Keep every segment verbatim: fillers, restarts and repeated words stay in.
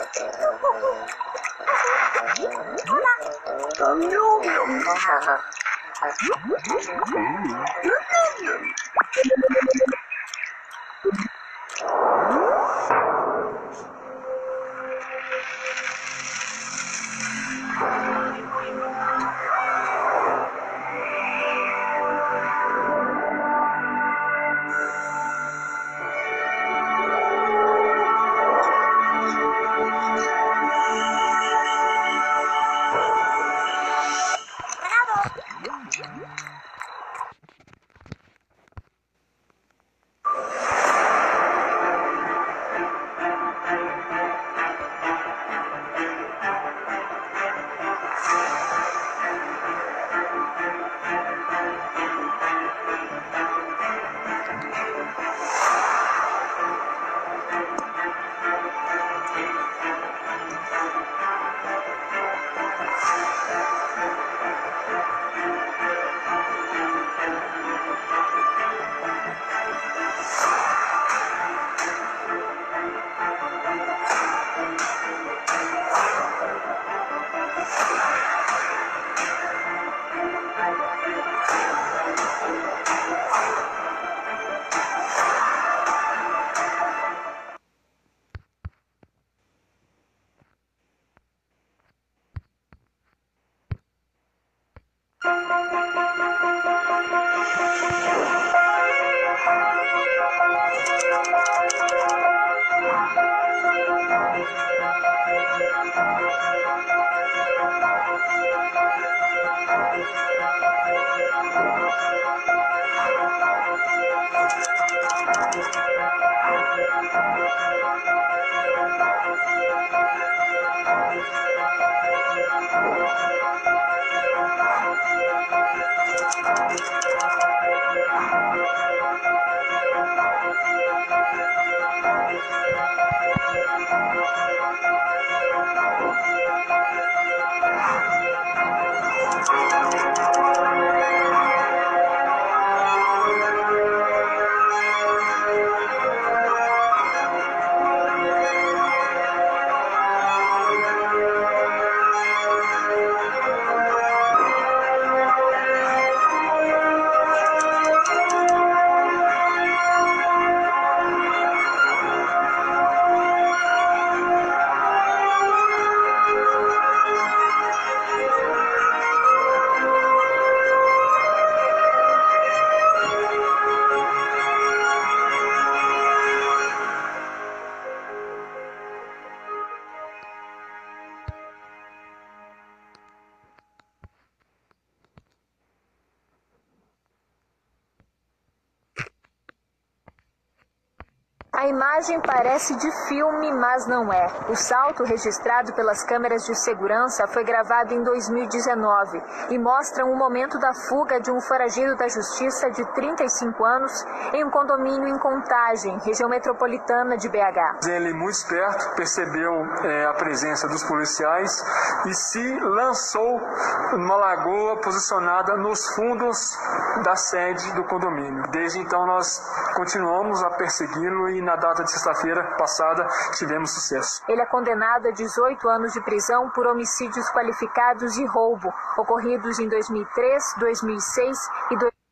A imagem parece de filme, mas não é. O salto registrado pelas câmeras de segurança foi gravado em dois mil e dezenove e mostra um momento da fuga de um foragido da justiça de trinta e cinco anos em um condomínio em Contagem, região metropolitana de B H. Ele, muito esperto, percebeu é, a presença dos policiais e se lançou numa lagoa posicionada nos fundos da sede do condomínio. Desde então nós continuamos a persegui-lo e na data de sexta-feira passada tivemos sucesso. Ele é condenado a dezoito anos de prisão por homicídios qualificados e roubo, ocorridos em dois mil e três, dois mil e seis e dois mil e sete.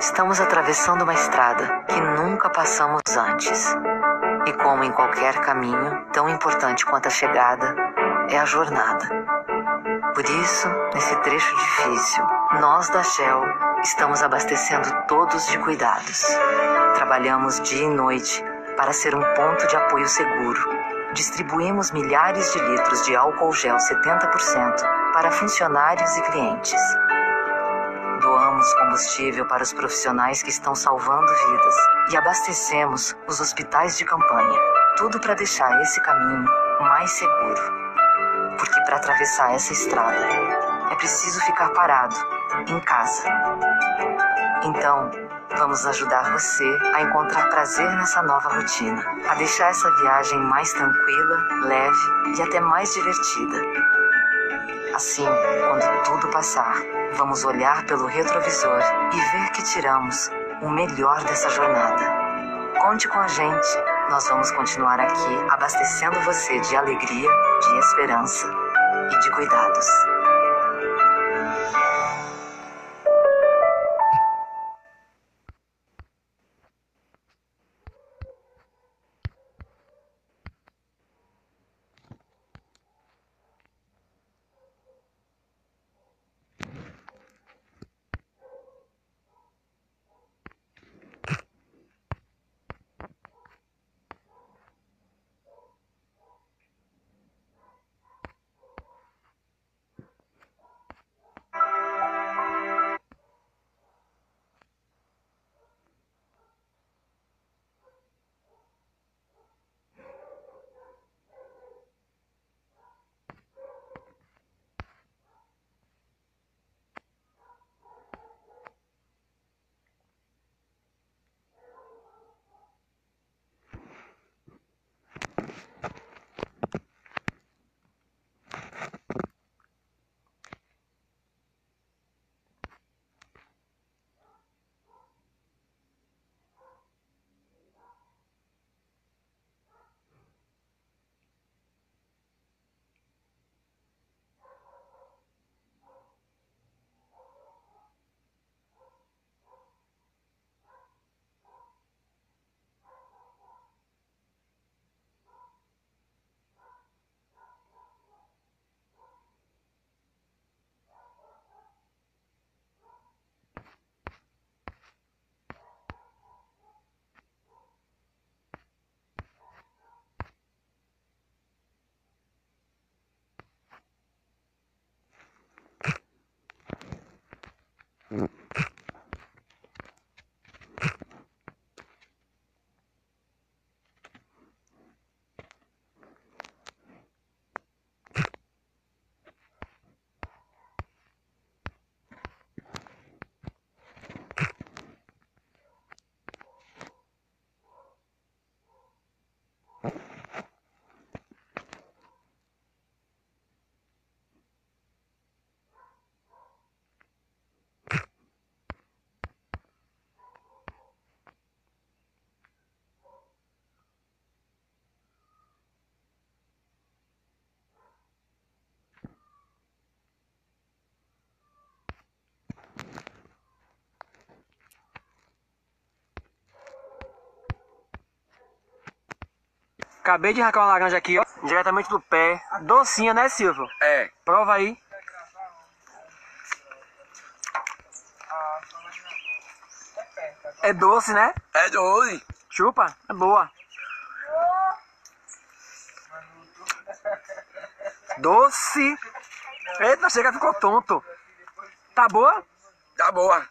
Estamos atravessando uma estrada que nunca passamos antes. E como em qualquer caminho, tão importante quanto a chegada, é a jornada. Por isso, nesse trecho difícil, nós da Shell estamos abastecendo todos de cuidados. Trabalhamos dia e noite para ser um ponto de apoio seguro. Distribuímos milhares de litros de álcool gel setenta por cento para funcionários e clientes. Doamos combustível para os profissionais que estão salvando vidas e abastecemos os hospitais de campanha. Tudo para deixar esse caminho mais seguro. Porque para atravessar essa estrada é preciso ficar parado, em casa. Então, vamos ajudar você a encontrar prazer nessa nova rotina, a deixar essa viagem mais tranquila, leve e até mais divertida. Assim, quando tudo passar, vamos olhar pelo retrovisor e ver que tiramos o melhor dessa jornada. Conte com a gente, nós vamos continuar aqui abastecendo você de alegria, de esperança e de cuidados. Acabei de arrancar uma laranja aqui, ó, diretamente do pé. Docinha, né, Silvio? É. Prova aí. É doce, né? É doce. Chupa, é boa. Doce. Eita, chega, ficou tonto. Tá boa? Tá boa.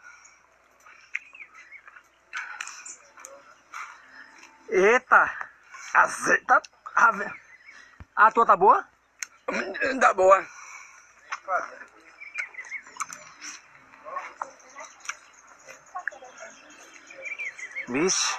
Eita. Azeita. A tua tá boa? Tá boa. Vixe.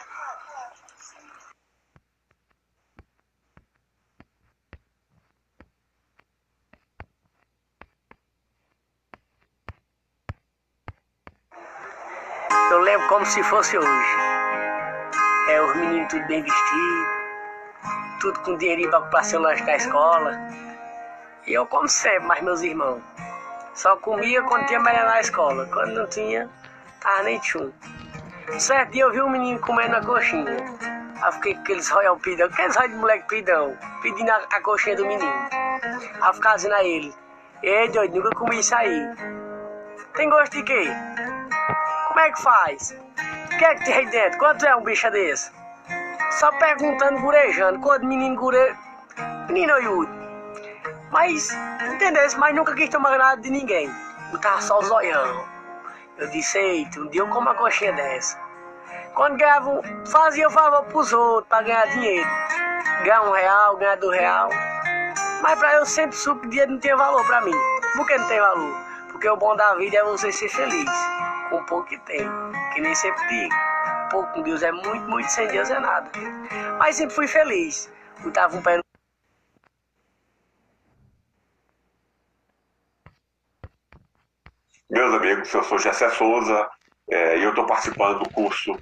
Eu lembro como se fosse hoje. É, os meninos tudo bem vestidos, tudo com dinheirinho para comprar seu lanche da escola. E eu como sempre, mas meus irmãos. Só comia quando tinha merenda na escola. Quando não tinha, Tava nem tchum. Certo dia eu vi um menino comendo a coxinha. Aí eu fiquei com aqueles royal pidão, aqueles royal de moleque pidão, pedindo a, a coxinha do menino. Aí eu ficava dizendo a ele: ei, doido, nunca comi isso aí. Tem gosto de quê? Como é que faz? O que é que tem aí dentro? Quanto é um bicho desse? Só perguntando, gurejando. Quando menino gure... Menino Yuri. Mas, entendeu? Mas nunca quis tomar nada de ninguém. Botava só o zoião. Eu disse: eita, um dia eu como uma coxinha dessa. Quando ganhava, fazia favor pros outros pra ganhar dinheiro. Ganhar um real, ganhar dois real. Mas pra eu sempre soube que dinheiro não tinha valor pra mim. Por que não tem valor? Porque o bom da vida é você ser feliz com o pouco que tem. Que nem sempre digo. Pouco com Deus é muito, muito, sem Deus é nada. Mas sempre fui feliz. Botava um pé no... Meus amigos, eu sou Gessé Souza é, e eu estou participando do curso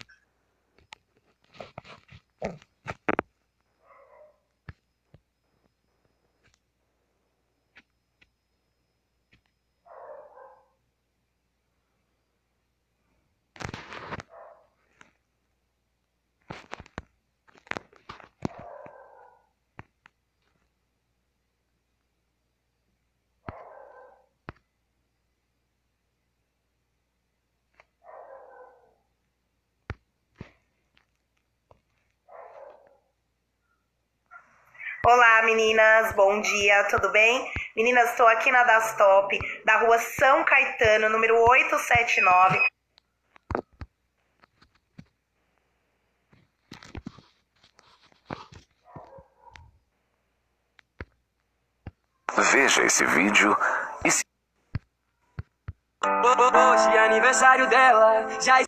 Olá meninas, bom dia, tudo bem? Meninas, estou aqui na Dastop, da rua São Caetano, número oitocentos e setenta e nove. Veja esse vídeo e se... Hoje é aniversário dela, já...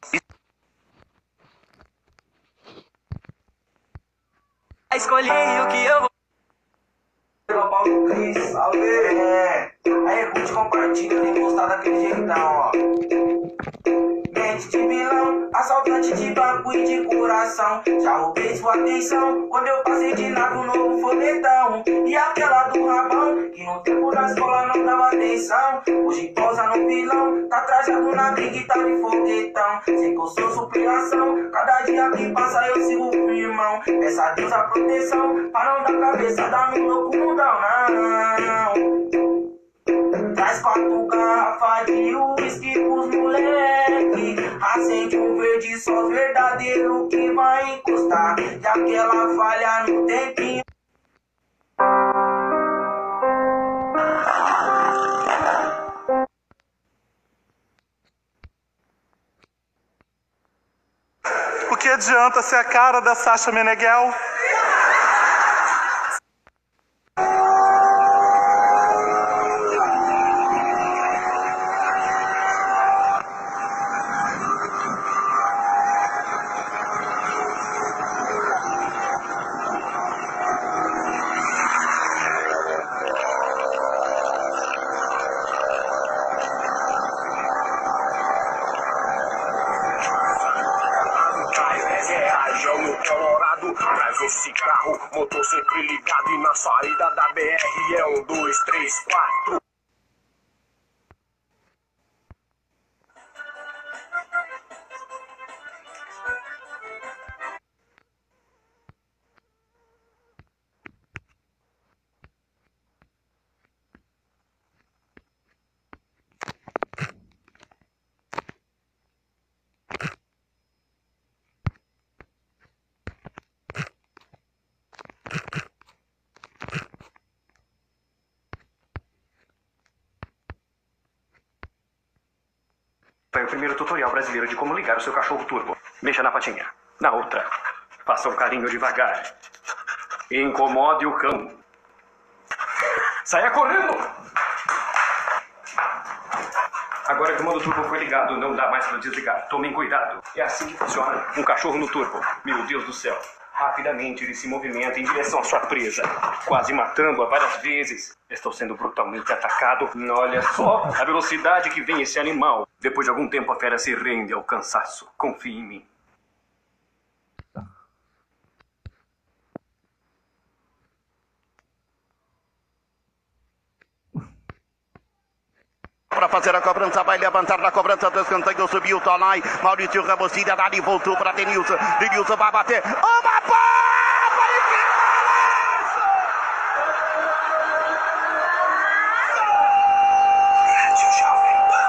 Escolhi o que eu vou. Paulo Cris, salve! É, aí curte, compartilha, tem que gostar daquele jeitão, ó. Mente de vilão, assaltante de banco e de coração. Já roubei sua atenção quando eu passei de nave um novo foguetão. E aquela do rabão, que no tempo da escola não dava atenção. Hoje posa no vilão, tá trajado na briga e tá de foguetão. Sei que eu sou superação, cada dia que passa eu sigo firmão. Peça a Deus a proteção, pra não dar cabeçada no louco mundão, não. Traz quatro garrafas de uísque pros moleque. Acende um verde só verdadeiro que vai encostar. E aquela falha no tempinho. O que adianta ser a cara da Sasha Meneghel? Traz esse carro, motor sempre ligado e na saída da B R é um, dois, três, quatro. Foi o primeiro tutorial brasileiro de como ligar o seu cachorro turbo. Mexa na patinha. Na outra. Faça um carinho devagar. Incomode o cão. Saia correndo! Agora que o modo turbo foi ligado, não dá mais para desligar. Tomem cuidado. É assim que funciona um cachorro no turbo. Meu Deus do céu. Rapidamente ele se movimenta em direção à sua presa, quase matando-a várias vezes. Estou sendo brutalmente atacado. Olha só a velocidade que vem esse animal. Depois de algum tempo a fera se rende ao cansaço. Confie em mim. Para fazer a cobrança, vai levantar na cobrança do escanteio, subiu o Tonai, Maurício Ramos, Dani voltou para Denilson, Denilson vai bater, uma bola, que golaço! Rádio Jovem Pan.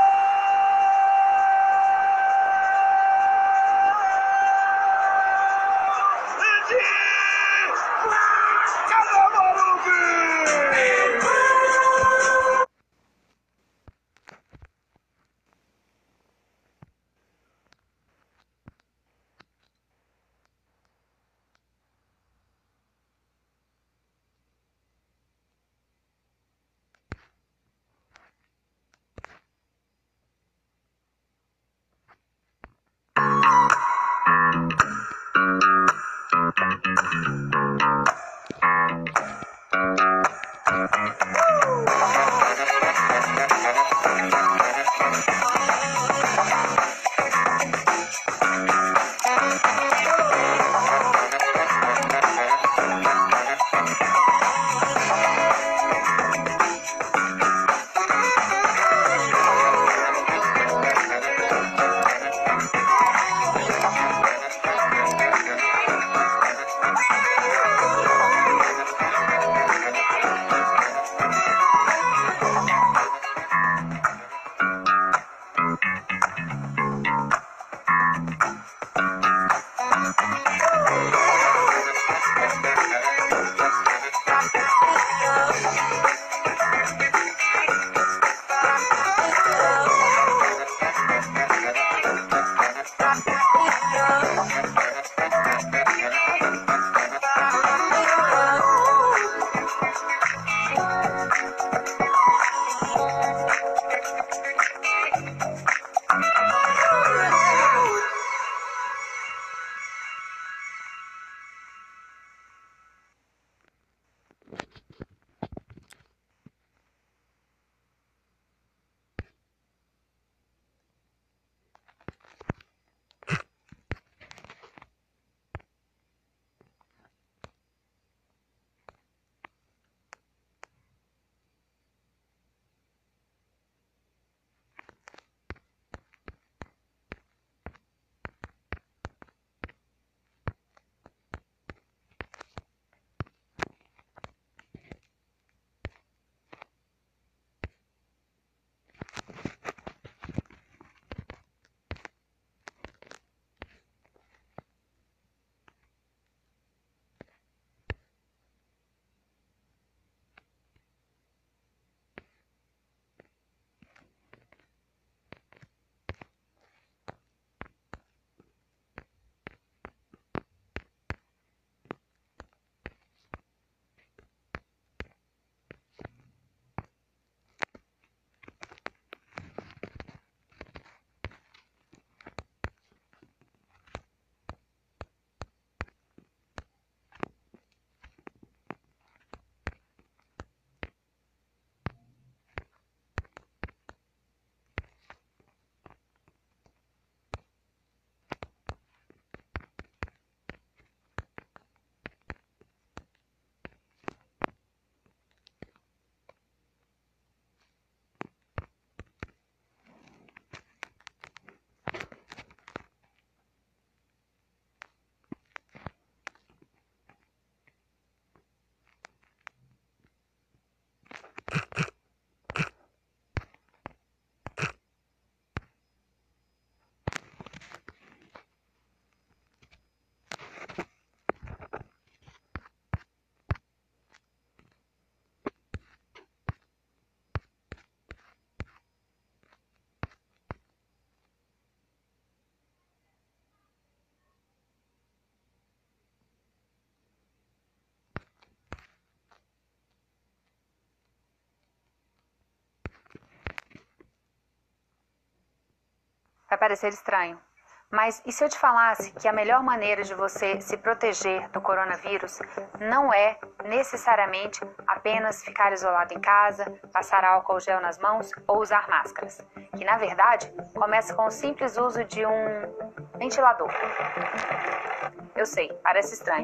Vai parecer estranho, mas e se eu te falasse que a melhor maneira de você se proteger do coronavírus não é necessariamente apenas ficar isolado em casa, passar álcool gel nas mãos ou usar máscaras, que na verdade começa com o simples uso de um ventilador. Eu sei, parece estranho,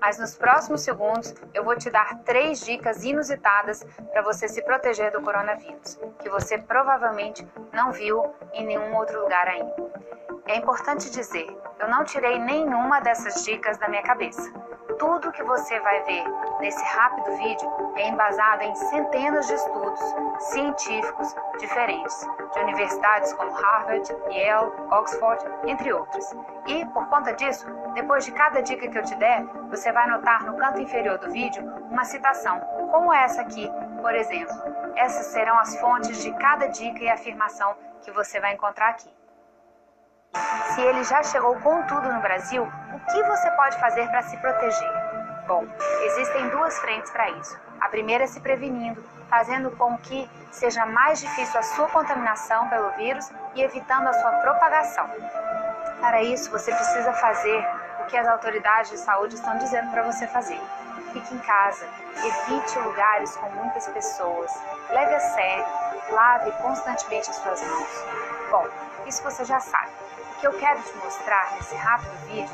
Mas nos próximos segundos eu vou te dar três dicas inusitadas para você se proteger do coronavírus, que você provavelmente não viu em nenhum outro lugar ainda. É importante dizer, eu não tirei nenhuma dessas dicas da minha cabeça. Tudo que você vai ver nesse rápido vídeo é embasado em centenas de estudos científicos diferentes, de universidades como Harvard, Yale, Oxford, entre outros. E, por conta disso, depois de cada dica que eu te der, você vai notar no canto inferior do vídeo uma citação, como essa aqui, por exemplo. Essas serão as fontes de cada dica e afirmação que você vai encontrar aqui. Se ele já chegou com tudo no Brasil, o que você pode fazer para se proteger? Bom, existem duas frentes para isso. A primeira é se prevenindo, fazendo com que seja mais difícil a sua contaminação pelo vírus e evitando a sua propagação. Para isso, você precisa fazer o que as autoridades de saúde estão dizendo para você fazer. Fique em casa, evite lugares com muitas pessoas, leve a sério, lave constantemente as suas mãos. Bom, isso você já sabe. O que eu quero te mostrar nesse rápido vídeo...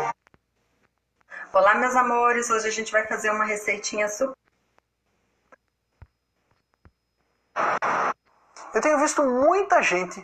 Olá, meus amores! Hoje a gente vai fazer uma receitinha super... Eu tenho visto muita gente...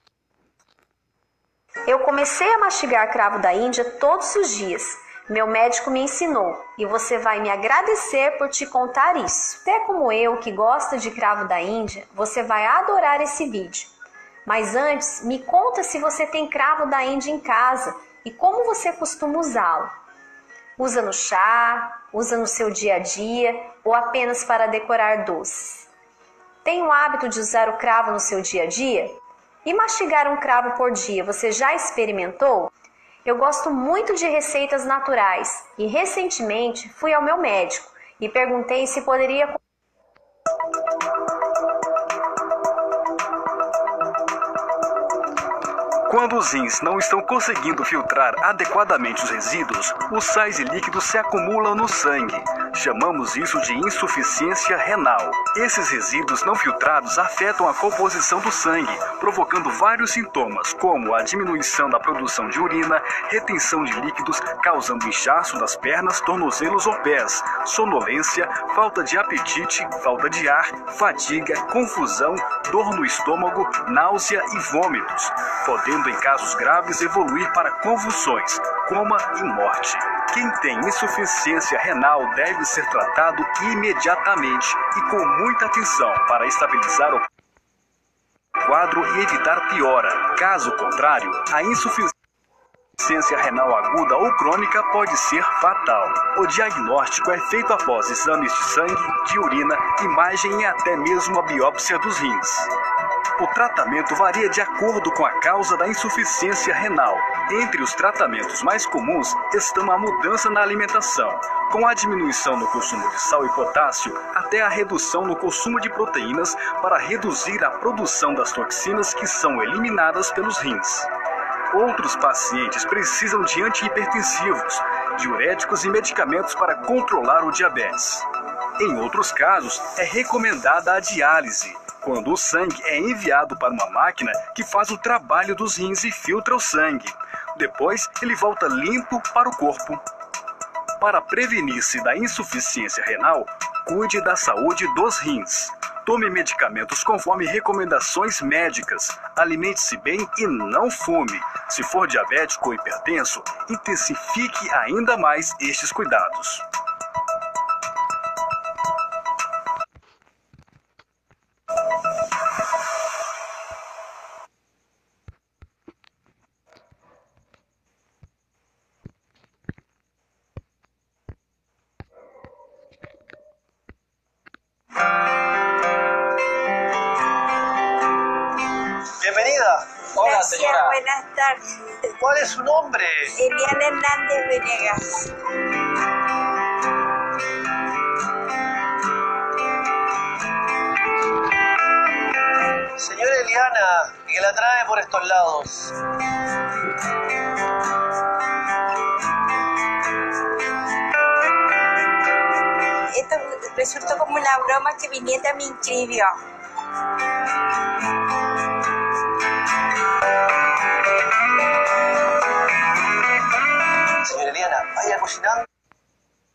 Eu comecei a mastigar cravo da Índia todos os dias. Meu médico me ensinou e você vai me agradecer por te contar isso. Até como eu, que gosta de cravo da Índia, você vai adorar esse vídeo. Mas antes, me conta se você tem cravo da Índia em casa e como você costuma usá-lo. Usa no chá, usa no seu dia a dia ou apenas para decorar doces? Tem o hábito de usar o cravo no seu dia a dia? E mastigar um cravo por dia, você já experimentou? Eu gosto muito de receitas naturais e recentemente fui ao meu médico e perguntei se poderia... Quando os rins não estão conseguindo filtrar adequadamente os resíduos, os sais e líquidos se acumulam no sangue. Chamamos isso de insuficiência renal. Esses resíduos não filtrados afetam a composição do sangue, provocando vários sintomas, como a diminuição da produção de urina, retenção de líquidos, causando inchaço das pernas, tornozelos ou pés, sonolência, falta de apetite, falta de ar, fadiga, confusão, dor no estômago, náusea e vômitos, podendo em casos graves evoluir para convulsões, coma e morte. Quem tem insuficiência renal deve ser tratado imediatamente e com muita atenção para estabilizar o quadro e evitar piora. Caso contrário, a insuficiência renal aguda ou crônica pode ser fatal. O diagnóstico é feito após exames de sangue, de urina, imagem e até mesmo a biópsia dos rins. O tratamento varia de acordo com a causa da insuficiência renal. Entre os tratamentos mais comuns estão a mudança na alimentação, com a diminuição no consumo de sal e potássio, até a redução no consumo de proteínas para reduzir a produção das toxinas que são eliminadas pelos rins. Outros pacientes precisam de antihipertensivos, diuréticos e medicamentos para controlar o diabetes. Em outros casos, é recomendada a diálise, quando o sangue é enviado para uma máquina que faz o trabalho dos rins e filtra o sangue. Depois, ele volta limpo para o corpo. Para prevenir-se da insuficiência renal, cuide da saúde dos rins. Tome medicamentos conforme recomendações médicas. Alimente-se bem e não fume. Se for diabético ou hipertenso, intensifique ainda mais estes cuidados. Bienvenida. Hola, Gracias, señora. buenas tardes. ¿Cuál es su nombre? Eliana Hernández Venegas. Señora Eliana, que la trae por estos lados. Esto resultó como una broma que mi nieta me inscribió. Señora Eliana, vaya cocinando.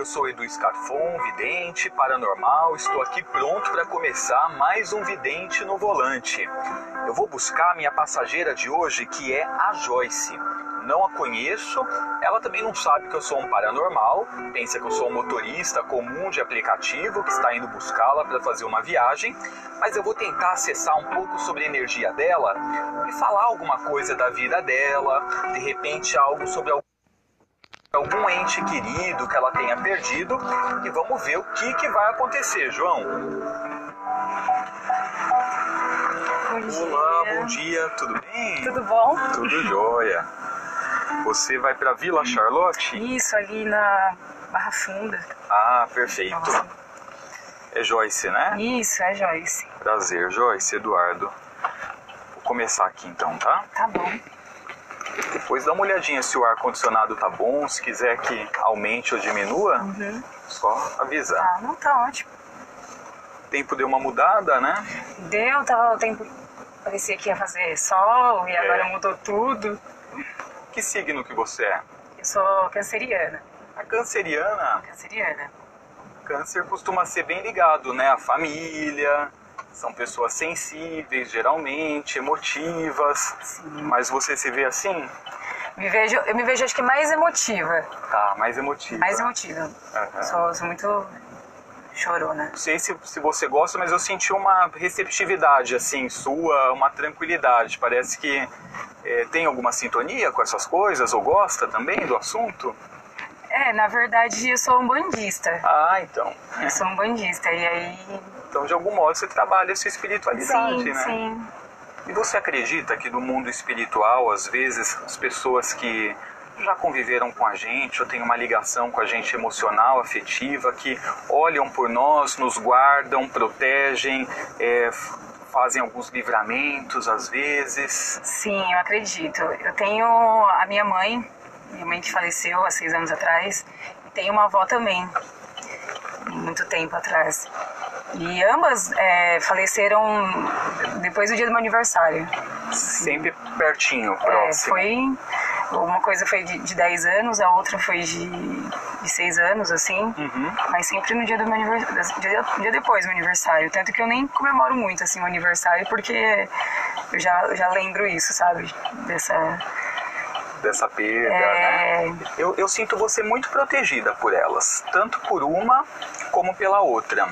eu sou Edu Scarfon, vidente, paranormal, estou aqui pronto para começar mais um Vidente no Volante. Eu vou buscar a minha passageira de hoje, que é a Joyce. Não a conheço, ela também não sabe que eu sou um paranormal, pensa que eu sou um motorista comum de aplicativo que está indo buscá-la para fazer uma viagem, mas eu vou tentar acessar um pouco sobre a energia dela e falar alguma coisa da vida dela, de repente algo sobre algum algum ente querido que ela tenha perdido, e vamos ver o que, que vai acontecer, João. Bom dia. Olá, bom dia, tudo bem? Tudo bom? Tudo jóia. Você vai para Vila Charlotte? Isso, ali na Barra Funda. Ah, perfeito. Nossa. É Joyce, né? Isso, é Joyce. Prazer, Joyce, Eduardo. Vou começar aqui então, tá? Tá bom. Depois dá uma olhadinha se o ar-condicionado tá bom, se quiser que aumente ou diminua, uhum. Só avisar. Ah, não, tá ótimo. O tempo deu uma mudada, né? Deu, tava o tempo, parecia que ia fazer sol e é. Agora mudou tudo. Que signo que você é? Eu sou canceriana. A canceriana? Canceriana. Câncer costuma ser bem ligado, né? A família, são pessoas sensíveis, geralmente, emotivas. Sim. Mas você se vê assim? Me vejo, eu me vejo acho que mais emotiva. Tá, mais emotiva. Mais emotiva. Uhum. Sou, sou muito chorona. Não sei se, se você gosta, mas eu senti uma receptividade, assim, sua, uma tranquilidade. Parece que é, tem alguma sintonia com essas coisas, ou gosta também do assunto? É, na verdade eu sou um bandista. Ah, então. Eu sou um bandista, e aí... Então, de algum modo, você trabalha a sua espiritualidade, sim, né? Sim, E você acredita que no mundo espiritual, às vezes, as pessoas que já conviveram com a gente, ou têm uma ligação com a gente emocional, afetiva, que olham por nós, nos guardam, protegem, é, fazem alguns livramentos, às vezes? Sim, eu acredito. Eu tenho a minha mãe, minha mãe que faleceu há seis anos atrás, e tenho uma avó também, muito tempo atrás. E ambas é, faleceram depois do dia do meu aniversário. Sempre pertinho, próximo. É, foi... Uma coisa foi de, de dez anos, a outra foi de, de seis anos, assim. Uhum. Mas sempre no dia do meu aniversário, dia, dia depois do meu aniversário. Tanto que eu nem comemoro muito, assim, o aniversário, porque eu já, eu já lembro isso, sabe? Dessa... Dessa perda, é... né? Eu, eu sinto você muito protegida por elas, tanto por uma como pela outra.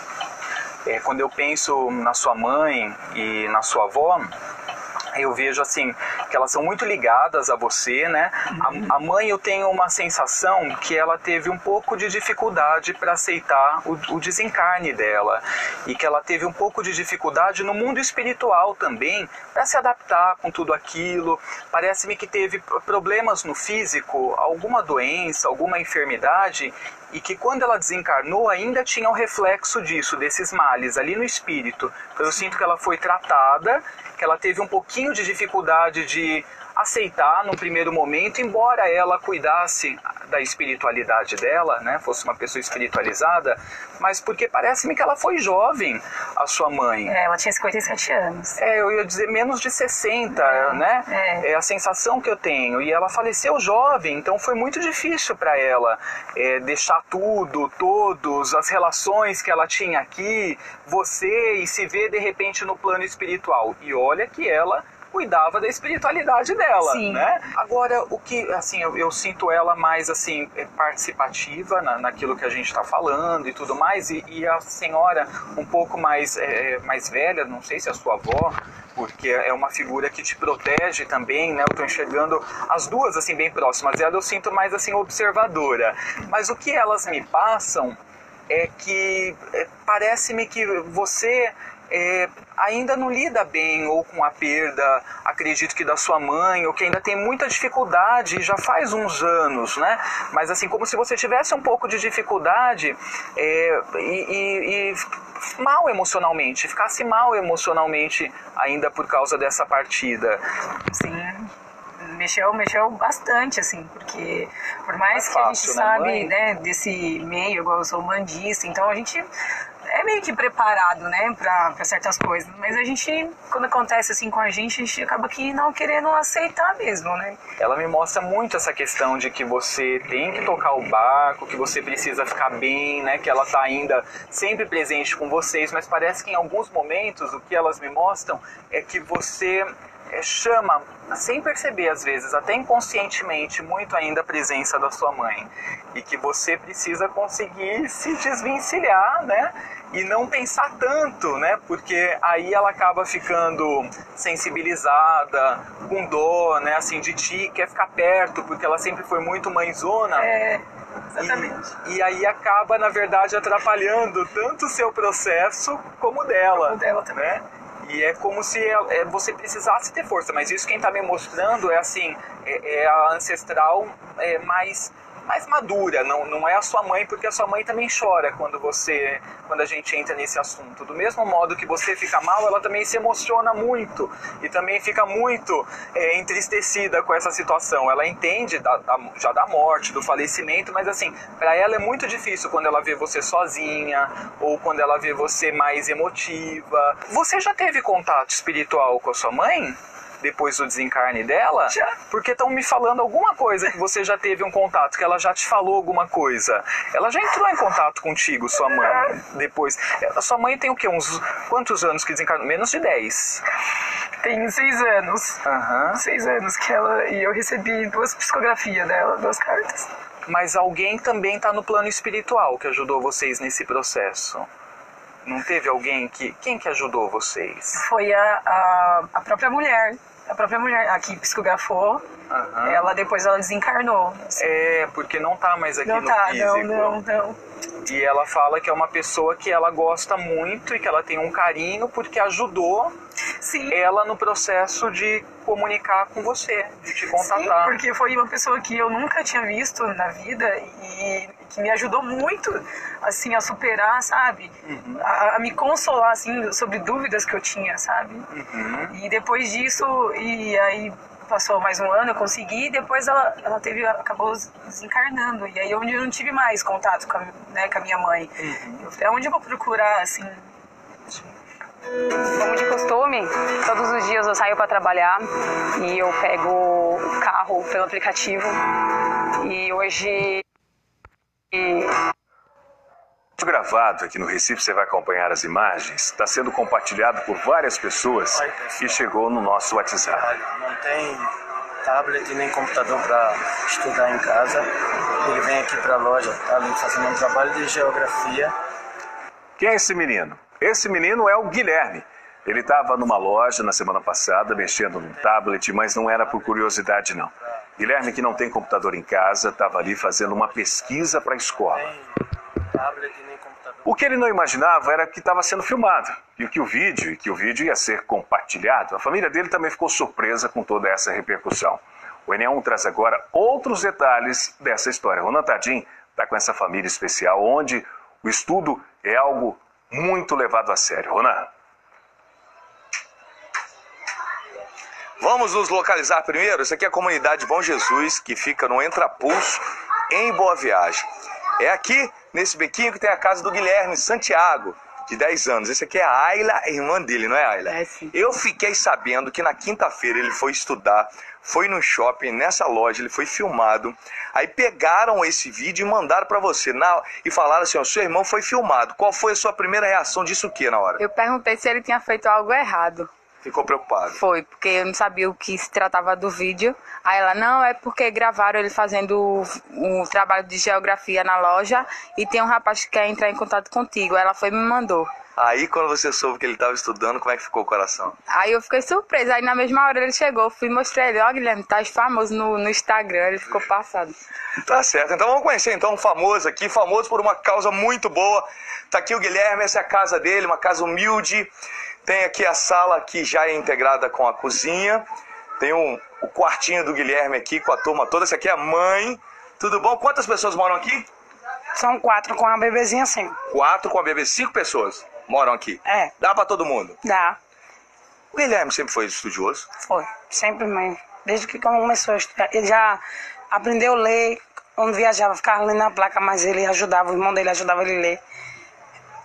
É, quando eu penso na sua mãe e na sua avó, eu vejo assim que elas são muito ligadas a você, né? Uhum. A, a mãe, eu tenho uma sensação que ela teve um pouco de dificuldade para aceitar o, o desencarne dela, e que ela teve um pouco de dificuldade no mundo espiritual também para se adaptar com tudo aquilo. Parece-me que teve problemas no físico, alguma doença, alguma enfermidade, e que quando ela desencarnou ainda tinha o reflexo disso, desses males ali no espírito. Então eu sinto que ela foi tratada, que ela teve um pouquinho de dificuldade de aceitar no primeiro momento, embora ela cuidasse da espiritualidade dela, né, fosse uma pessoa espiritualizada, mas porque parece-me que ela foi jovem, a sua mãe. É, ela tinha cinquenta e sete anos. É, eu ia dizer menos de sessenta, é, né? É. É a sensação que eu tenho. E ela faleceu jovem, então foi muito difícil para ela é, deixar tudo, todos, as relações que ela tinha aqui, você, e se ver de repente no plano espiritual. E olha que ela cuidava da espiritualidade dela, Sim. né? Agora, o que, assim, eu, eu sinto ela mais, assim, participativa na, naquilo que a gente está falando e tudo mais, e, e a senhora um pouco mais, é, mais velha, não sei se é a sua avó, porque é uma figura que te protege também, né? Eu estou enxergando as duas, assim, bem próximas, ela eu sinto mais, assim, observadora. Mas o que elas me passam é que é, parece-me que você... É, ainda não lida bem ou com a perda, acredito que da sua mãe, ou que ainda tem muita dificuldade, já faz uns anos, né? Mas assim, como se você tivesse um pouco de dificuldade é, e, e, e mal emocionalmente, ficasse mal emocionalmente ainda por causa dessa partida. Sim. Mexeu, mexeu bastante, assim, porque por mais é que fácil, a gente né, sabe, mãe? né, desse meio, igual eu sou bandista, então a gente é meio que preparado, né, pra, pra certas coisas. Mas a gente, quando acontece assim com a gente, a gente acaba que não querendo aceitar mesmo, né? Ela me mostra muito essa questão de que você tem que tocar o barco, que você precisa ficar bem, né, que ela tá ainda sempre presente com vocês, mas parece que em alguns momentos o que elas me mostram é que você é, chama, sem perceber às vezes, até inconscientemente, muito ainda a presença da sua mãe. E que você precisa conseguir se desvencilhar, né? E não pensar tanto, né? Porque aí ela acaba ficando sensibilizada, com dó, né? Assim, de ti, quer ficar perto, porque ela sempre foi muito mãezona. É, exatamente. E, e aí acaba, na verdade, atrapalhando tanto o seu processo como o dela. Como dela também. Né? E é como se é, você precisasse ter força, mas isso quem está me mostrando é assim, é, é a ancestral é, mais, mais madura, não, não é a sua mãe, porque a sua mãe também chora quando, você, quando a gente entra nesse assunto. Do mesmo modo que você fica mal, ela também se emociona muito e também fica muito é, entristecida com essa situação. Ela entende da, da, já da morte, do falecimento, mas assim, para ela é muito difícil quando ela vê você sozinha ou quando ela vê você mais emotiva. Você já teve contato espiritual com a sua mãe? Depois do desencarne dela? Já. Porque estão me falando alguma coisa que você já teve um contato, que ela já te falou alguma coisa. Ela já entrou em contato contigo, sua mãe, depois. A sua mãe tem o quê? Uns quantos anos que desencarnou? Menos de dez. Tem seis anos. Aham. Uhum. Seis anos que ela... E eu recebi duas psicografias dela, duas cartas. Mas alguém também está no plano espiritual que ajudou vocês nesse processo? Não teve alguém que... Quem que ajudou vocês? Foi a, a, a própria mulher. A própria mulher, a que psicografou. Uhum. Ela depois ela desencarnou. Assim. É, porque não tá mais aqui não no tá, físico. Não, não, não. E ela fala que é uma pessoa que ela gosta muito e que ela tem um carinho porque ajudou Sim. ela no processo de comunicar com você, de te contatar. Sim, porque foi uma pessoa que eu nunca tinha visto na vida e que me ajudou muito, assim, a superar, sabe? Uhum. A, a me consolar, assim, sobre dúvidas que eu tinha, sabe? Uhum. E depois disso, e aí passou mais um ano, eu consegui, e depois ela, ela teve, acabou desencarnando. E aí onde eu não tive mais contato com a, né, com a minha mãe. Uhum. Eu falei, onde eu vou procurar, assim... Como de costume, todos os dias eu saio para trabalhar e eu pego o carro pelo aplicativo. E hoje... Gravado aqui no Recife, você vai acompanhar as imagens. Está sendo compartilhado por várias pessoas e chegou no nosso WhatsApp. Não tem tablet nem computador para estudar em casa. Ele vem aqui para a loja, tá ali fazendo um trabalho de geografia. Quem é esse menino? Esse menino é o Guilherme. Ele estava numa loja na semana passada, mexendo num tablet, mas não era por curiosidade, não. Guilherme, que não tem computador em casa, estava ali fazendo uma pesquisa para a escola. O que ele não imaginava era que estava sendo filmado e que o vídeo, e que o vídeo ia ser compartilhado. A família dele também ficou surpresa com toda essa repercussão. O N um traz agora outros detalhes dessa história. Ronan Tadim está com essa família especial, onde o estudo é algo muito levado a sério. Ronan. Vamos nos localizar primeiro. Essa aqui é a comunidade Bom Jesus, que fica no Entrapulso, em Boa Viagem. É aqui, nesse bequinho, que tem a casa do Guilherme Santiago, de dez anos. Esse aqui é a Ayla, irmã dele, não é, Ayla? É, sim. Eu fiquei sabendo que na quinta-feira ele foi estudar, foi no shopping, nessa loja, ele foi filmado. Aí pegaram esse vídeo e mandaram pra você. Na, e falaram assim, ó, seu irmão foi filmado. Qual foi a sua primeira reação disso o que na hora? Eu perguntei se ele tinha feito algo errado. Ficou preocupado? Foi, porque eu não sabia o que se tratava do vídeo. Aí ela, não, é porque gravaram ele fazendo um trabalho de geografia na loja e tem um rapaz que quer entrar em contato contigo. Ela foi e me mandou. Aí quando você soube que ele estava estudando, como é que ficou o coração? Aí eu fiquei surpresa. Aí na mesma hora ele chegou, fui mostrar ele. Ó, Guilherme, tá famoso no, no Instagram. Ele ficou passado. Tá certo. Então vamos conhecer então um famoso aqui, famoso por uma causa muito boa. Tá aqui o Guilherme, essa é a casa dele, uma casa humilde. Tem aqui a sala que já é integrada com a cozinha. Tem um, o quartinho do Guilherme aqui com a turma toda. Essa aqui é a mãe. Tudo bom? Quantas pessoas moram aqui? São quatro com a bebezinha, sim. Quatro com a bebê, cinco pessoas moram aqui. É. Dá pra todo mundo? Dá. O Guilherme sempre foi estudioso? Foi, sempre mesmo. Desde que começou a estudar. Ele já aprendeu a ler. Quando viajava, ficava lendo a placa, mas ele ajudava, o irmão dele ajudava ele a ler.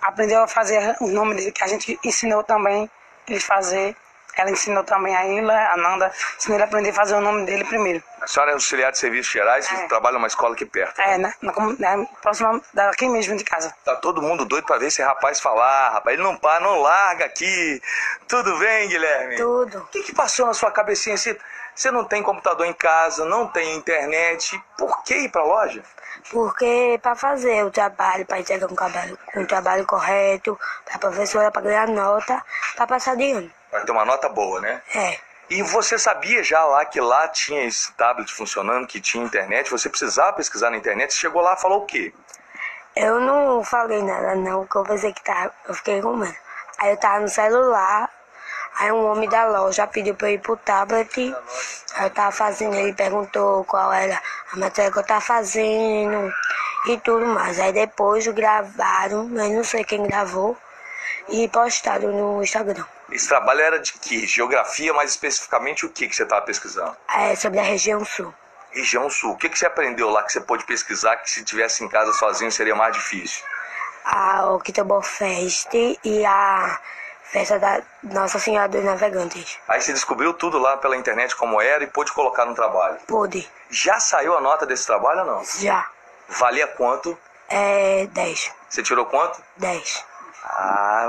aprendeu a fazer o nome dele, que a gente ensinou também ele fazer. Ela ensinou também a ele, a Nanda, ensinou ele a aprender a fazer o nome dele primeiro. A senhora é auxiliar de serviços gerais e é. trabalha numa escola aqui perto. É, né? Na, na, próxima daqui mesmo de casa. Tá todo mundo doido pra ver esse rapaz falar, rapaz. Ele não para, não larga aqui. Tudo bem, Guilherme? Tudo. O que que passou na sua cabecinha? Você, você não tem computador em casa, não tem internet. Por que ir pra loja? Porque para fazer o trabalho, para entregar um trabalho, um trabalho correto, para a professora, para ganhar nota, para passar de ano. Vai ter uma nota boa, né? É. E você sabia já lá que lá tinha esse tablet funcionando, que tinha internet? Você precisava pesquisar na internet? Você chegou lá e falou o quê? Eu não falei nada não, porque eu pensei que tava, eu fiquei com medo. Aí eu tava no celular, aí um homem da loja pediu pra eu ir pro tablet, aí eu tava fazendo, ele perguntou qual era a matéria que eu tava fazendo e tudo mais. Aí depois gravaram, mas não sei quem gravou, e postaram no Instagram. Esse trabalho era de quê? Geografia, mais especificamente o que que você estava pesquisando? É sobre a região sul. Região sul. O que que você aprendeu lá que você pôde pesquisar que se tivesse em casa sozinho seria mais difícil? A Oktoberfest e a festa da Nossa Senhora dos Navegantes. Aí você descobriu tudo lá pela internet como era e pôde colocar no trabalho? Pude. Já saiu a nota desse trabalho ou não? Já. Valia quanto? É dez. Você tirou quanto? dez. Ah,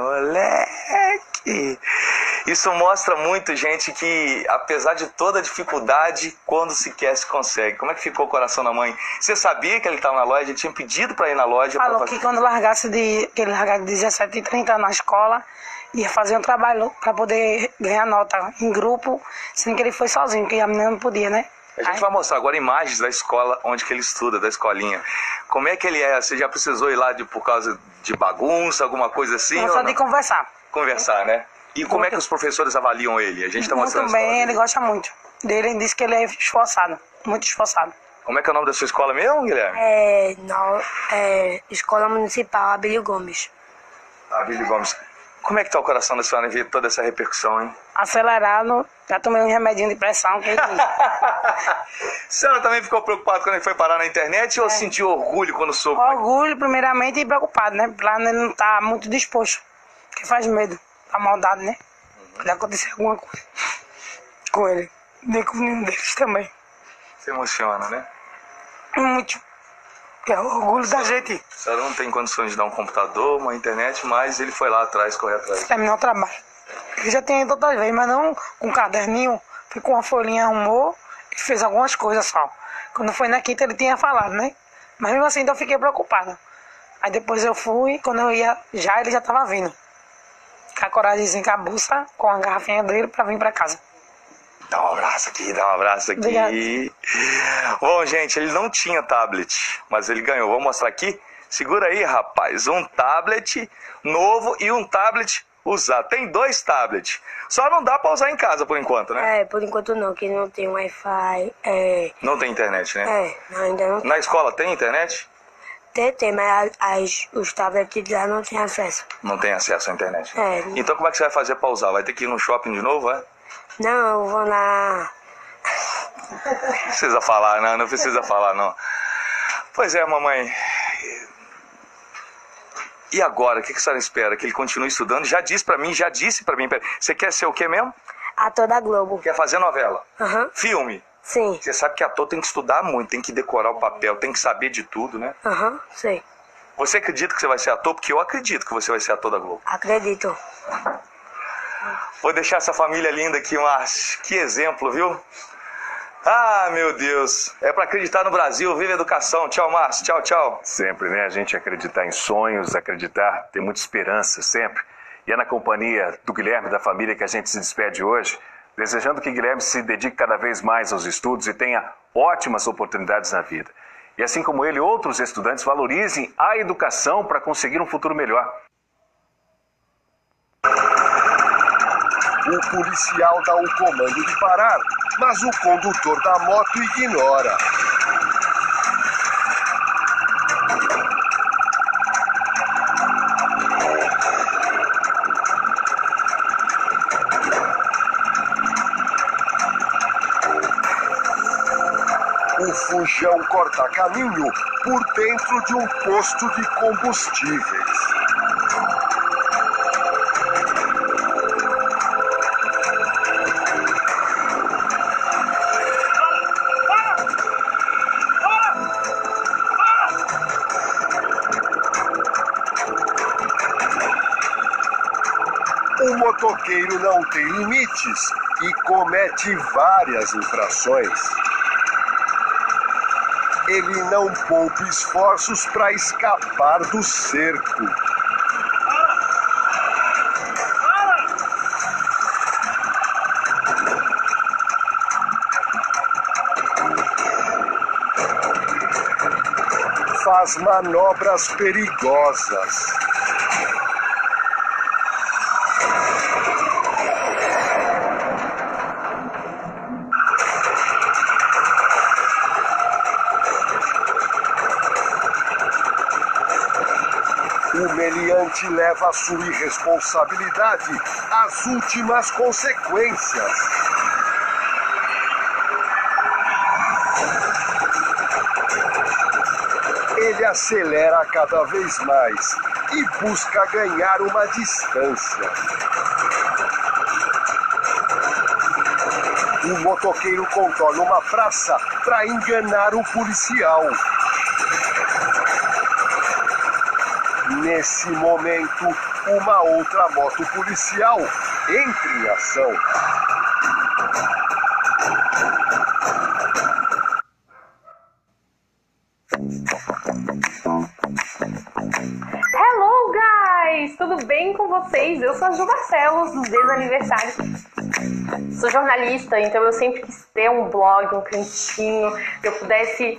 moleque! Isso mostra muito, gente, que apesar de toda a dificuldade, quando se quer, se consegue. Como é que ficou o coração da mãe? Você sabia que ele estava na loja? Ele tinha pedido para ir na loja? Falou pra... que quando largasse de, que ele largasse de dezessete e trinta na escola, ia fazer um trabalho para poder ganhar nota em grupo, sendo que ele foi sozinho, porque a menina não podia, né? A gente vai mostrar agora imagens da escola onde que ele estuda, da escolinha. Como é que ele é? Você já precisou ir lá de, por causa de bagunça, alguma coisa assim? Não, só de conversar. Conversar, né? E como é que os professores avaliam ele? A gente tá mostrando muito bem, ele gosta muito dele. Ele disse que ele é esforçado, muito esforçado. Como é que é o nome da sua escola mesmo, Guilherme? É, não, é Escola Municipal Abílio Gomes. Abílio Gomes. Como é que tá o coração da senhora em ver toda essa repercussão, hein? Acelerado, já tomei um remedinho de pressão. Que... A senhora também ficou preocupada quando ele foi parar na internet é. ou sentiu orgulho quando soube? Orgulho, primeiramente, e preocupado, né? Lá ele não tá muito disposto, que faz medo, a maldade, né? Pode acontecer alguma coisa com ele, nem com nenhum deles também. Se emociona, né? Muito. Que é o orgulho da gente. A senhora não tem condições de dar um computador, uma internet, mas ele foi lá atrás, correr atrás. Terminou o trabalho. Ele já tinha ido outras vezes, mas não com um caderninho, ficou uma folhinha, arrumou e fez algumas coisas só. Quando foi na quinta ele tinha falado, né? Mas mesmo assim então eu fiquei preocupada. Aí depois eu fui, quando eu ia, já ele já estava vindo. Com a coragemzinha, com a bolsa, com a garrafinha dele pra vir pra casa. Dá um abraço aqui, dá um abraço aqui. Obrigado. Bom, gente, ele não tinha tablet, mas ele ganhou. Vou mostrar aqui. Segura aí, rapaz. Um tablet novo e um tablet usado. Tem dois tablets. Só não dá pra usar em casa por enquanto, né? É, por enquanto não, que não tem Wi-Fi. É... Não tem internet, né? É, não, ainda não. Na escola tem internet? Tem, tem, mas as, os tablets já não tem acesso. Não tem acesso à internet? É. Então como é que você vai fazer pra usar? Vai ter que ir no shopping de novo, é? Não, eu vou lá. Não precisa falar, não, não precisa falar, não. Pois é, mamãe. E agora, o que a senhora espera? Que ele continue estudando? Já disse pra mim, já disse pra mim. Você quer ser o quê mesmo? Ator da Globo. Quer fazer novela? Aham. Uhum. Filme? Sim. Você sabe que ator tem que estudar muito, tem que decorar o papel, tem que saber de tudo, né? Aham, uhum, sei. Você acredita que você vai ser ator? Porque eu acredito que você vai ser ator da Globo. Acredito. Vou deixar essa família linda aqui, Márcio. Que exemplo, viu? Ah, meu Deus. É pra acreditar no Brasil. Viva a educação. Tchau, Márcio. Tchau, tchau. Sempre, né? A gente acreditar em sonhos, acreditar, ter muita esperança, sempre. E é na companhia do Guilherme, da família, que a gente se despede hoje, desejando que Guilherme se dedique cada vez mais aos estudos e tenha ótimas oportunidades na vida. E assim como ele, outros estudantes valorizem a educação para conseguir um futuro melhor. O policial dá o comando de parar, mas o condutor da moto ignora. O fujão corta caminho por dentro de um posto de combustíveis. O motoqueiro não tem limites e comete várias infrações. Ele não poupa esforços para escapar do cerco. Faz manobras perigosas. O meliante leva a sua irresponsabilidade às últimas consequências. Ele acelera cada vez mais e busca ganhar uma distância. O motoqueiro contorna uma praça para enganar o policial. Nesse momento, uma outra moto policial entra em ação. Hello, guys! Tudo bem com vocês? Eu sou a Ju Barcelos, dos Desaniversários. Sou jornalista, então eu sempre quis ter um blog, um cantinho, que eu pudesse...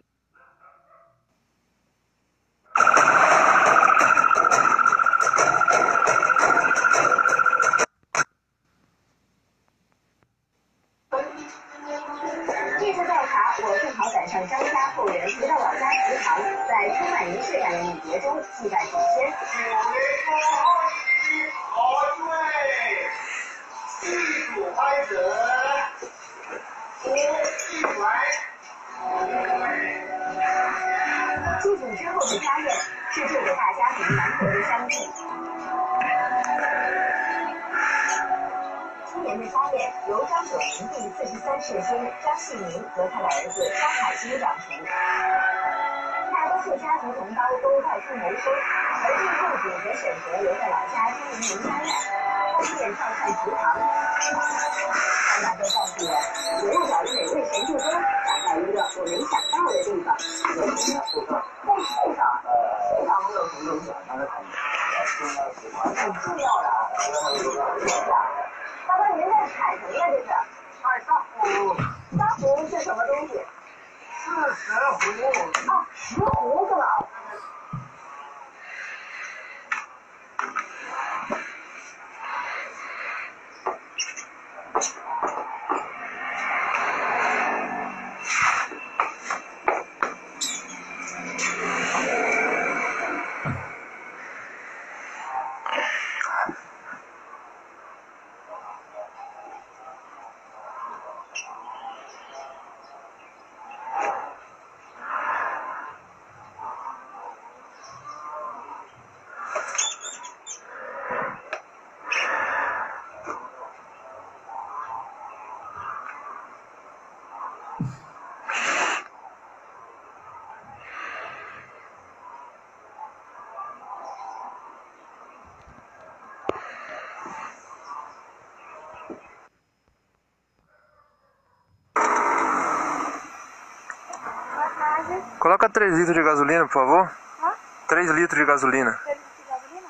Coloca três litros de gasolina, por favor. Hã? três litros de gasolina. três litros de gasolina?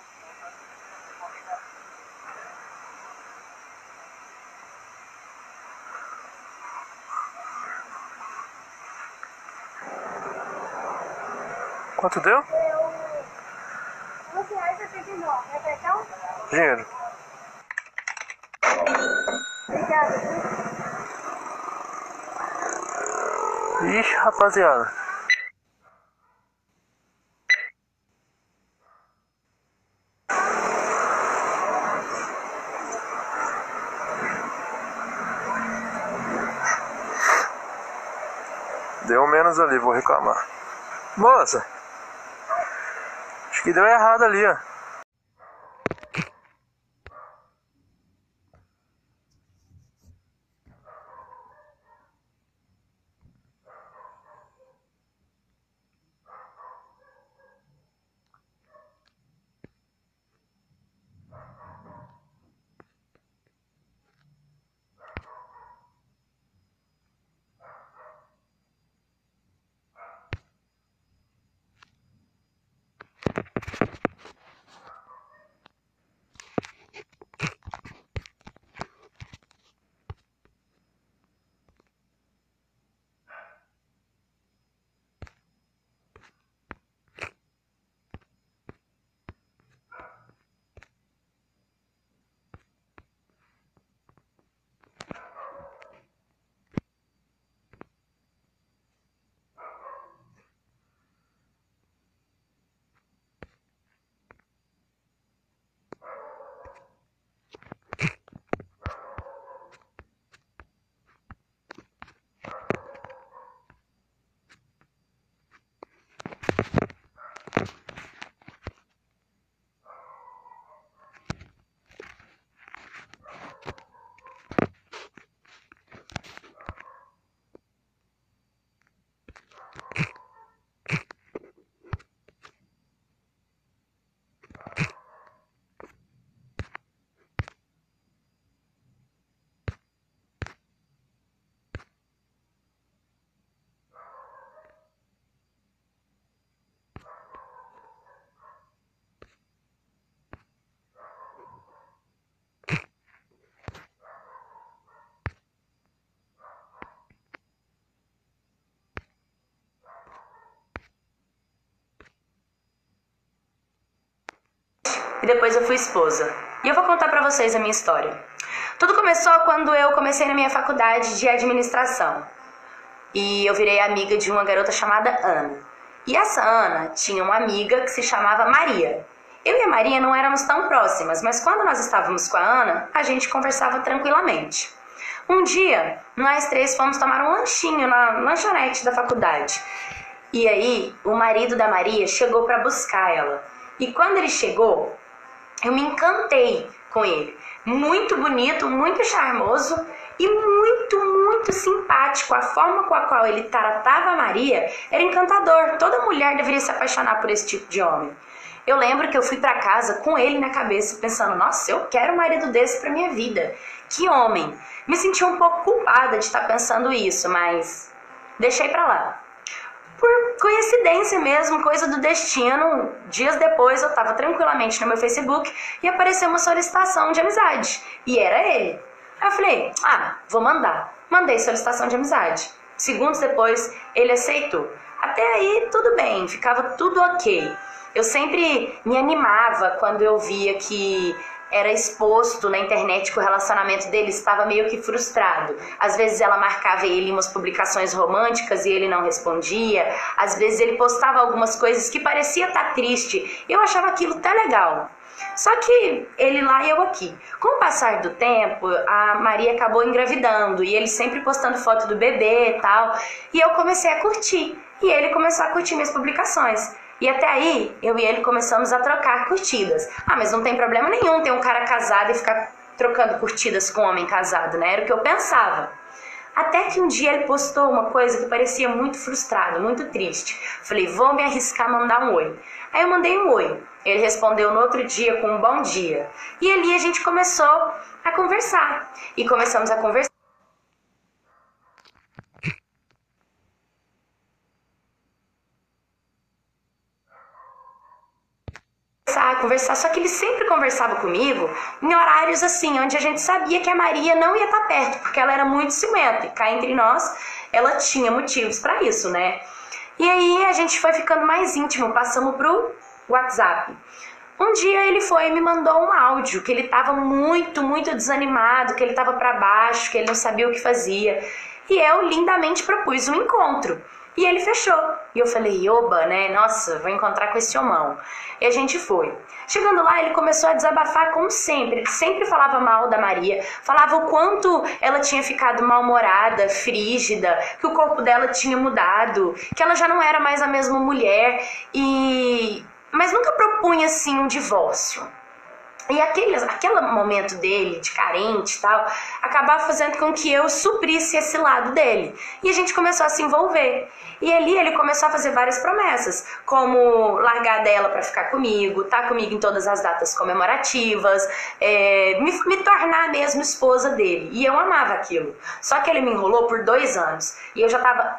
Quanto deu? Deu doze reais e setenta e nove. Refeição? Dinheiro. Obrigada. Ixi, rapaziada. Deu menos ali, vou reclamar. Moça, acho que deu errado ali, ó. e depois eu fui esposa. E eu vou contar pra vocês a minha história. Tudo começou quando eu comecei na minha faculdade de administração. E eu virei amiga de uma garota chamada Ana. E essa Ana tinha uma amiga que se chamava Maria. Eu e a Maria não éramos tão próximas, mas quando nós estávamos com a Ana, a gente conversava tranquilamente. Um dia, nós três fomos tomar um lanchinho na lanchonete da faculdade. E aí, o marido da Maria chegou para buscar ela. E quando ele chegou, eu me encantei com ele. Muito bonito, muito charmoso e muito, muito simpático. A forma com a qual ele tratava a Maria era encantador. Toda mulher deveria se apaixonar por esse tipo de homem. Eu lembro que eu fui para casa com ele na cabeça, pensando, nossa, eu quero um marido desse para minha vida. Que homem! Me senti um pouco culpada de estar pensando isso, mas deixei pra lá. Por coincidência mesmo, coisa do destino, dias depois eu estava tranquilamente no meu Facebook e apareceu uma solicitação de amizade. E era ele. Aí eu falei, ah, vou mandar. Mandei solicitação de amizade. Segundos depois, ele aceitou. Até aí, tudo bem, ficava tudo ok. Eu sempre me animava quando eu via que era exposto na internet que o relacionamento dele estava meio que frustrado. Às vezes ela marcava ele em umas publicações românticas e ele não respondia. Às vezes ele postava algumas coisas que parecia estar triste. Eu achava aquilo até legal. Só que ele lá e eu aqui. Com o passar do tempo, a Maria acabou engravidando e ele sempre postando foto do bebê e tal. E eu comecei a curtir. E ele começou a curtir minhas publicações. E até aí, eu e ele começamos a trocar curtidas. Ah, mas não tem problema nenhum ter um cara casado e ficar trocando curtidas com um homem casado, né? Era o que eu pensava. Até que um dia ele postou uma coisa que parecia muito frustrado, muito triste. Falei, vou me arriscar a mandar um oi. Aí eu mandei um oi. Ele respondeu no outro dia com um bom dia. E ali a gente começou a conversar. E começamos a conversar. conversar, só que ele sempre conversava comigo em horários assim, onde a gente sabia que a Maria não ia estar perto, porque ela era muito ciumenta, e cá entre nós, ela tinha motivos para isso, né? E aí a gente foi ficando mais íntimo, passamos pro WhatsApp. Um dia ele foi e me mandou um áudio, que ele estava muito, muito desanimado, que ele estava para baixo, que ele não sabia o que fazia. E eu lindamente propus um encontro. E ele fechou. E eu falei, oba, né? Nossa, vou encontrar com esse homão. E a gente foi. Chegando lá, ele começou a desabafar como sempre. Ele sempre falava mal da Maria. Falava o quanto ela tinha ficado mal-humorada, frígida, que o corpo dela tinha mudado, que ela já não era mais a mesma mulher. E... Mas nunca propunha, assim, um divórcio. E aquele, aquele momento dele, de carente e tal, acabava fazendo com que eu suprisse esse lado dele. E a gente começou a se envolver. E ali ele começou a fazer várias promessas, como largar dela pra ficar comigo, estar comigo em todas as datas comemorativas, é, me, me tornar mesmo esposa dele. E eu amava aquilo. Só que ele me enrolou por dois anos. E eu já tava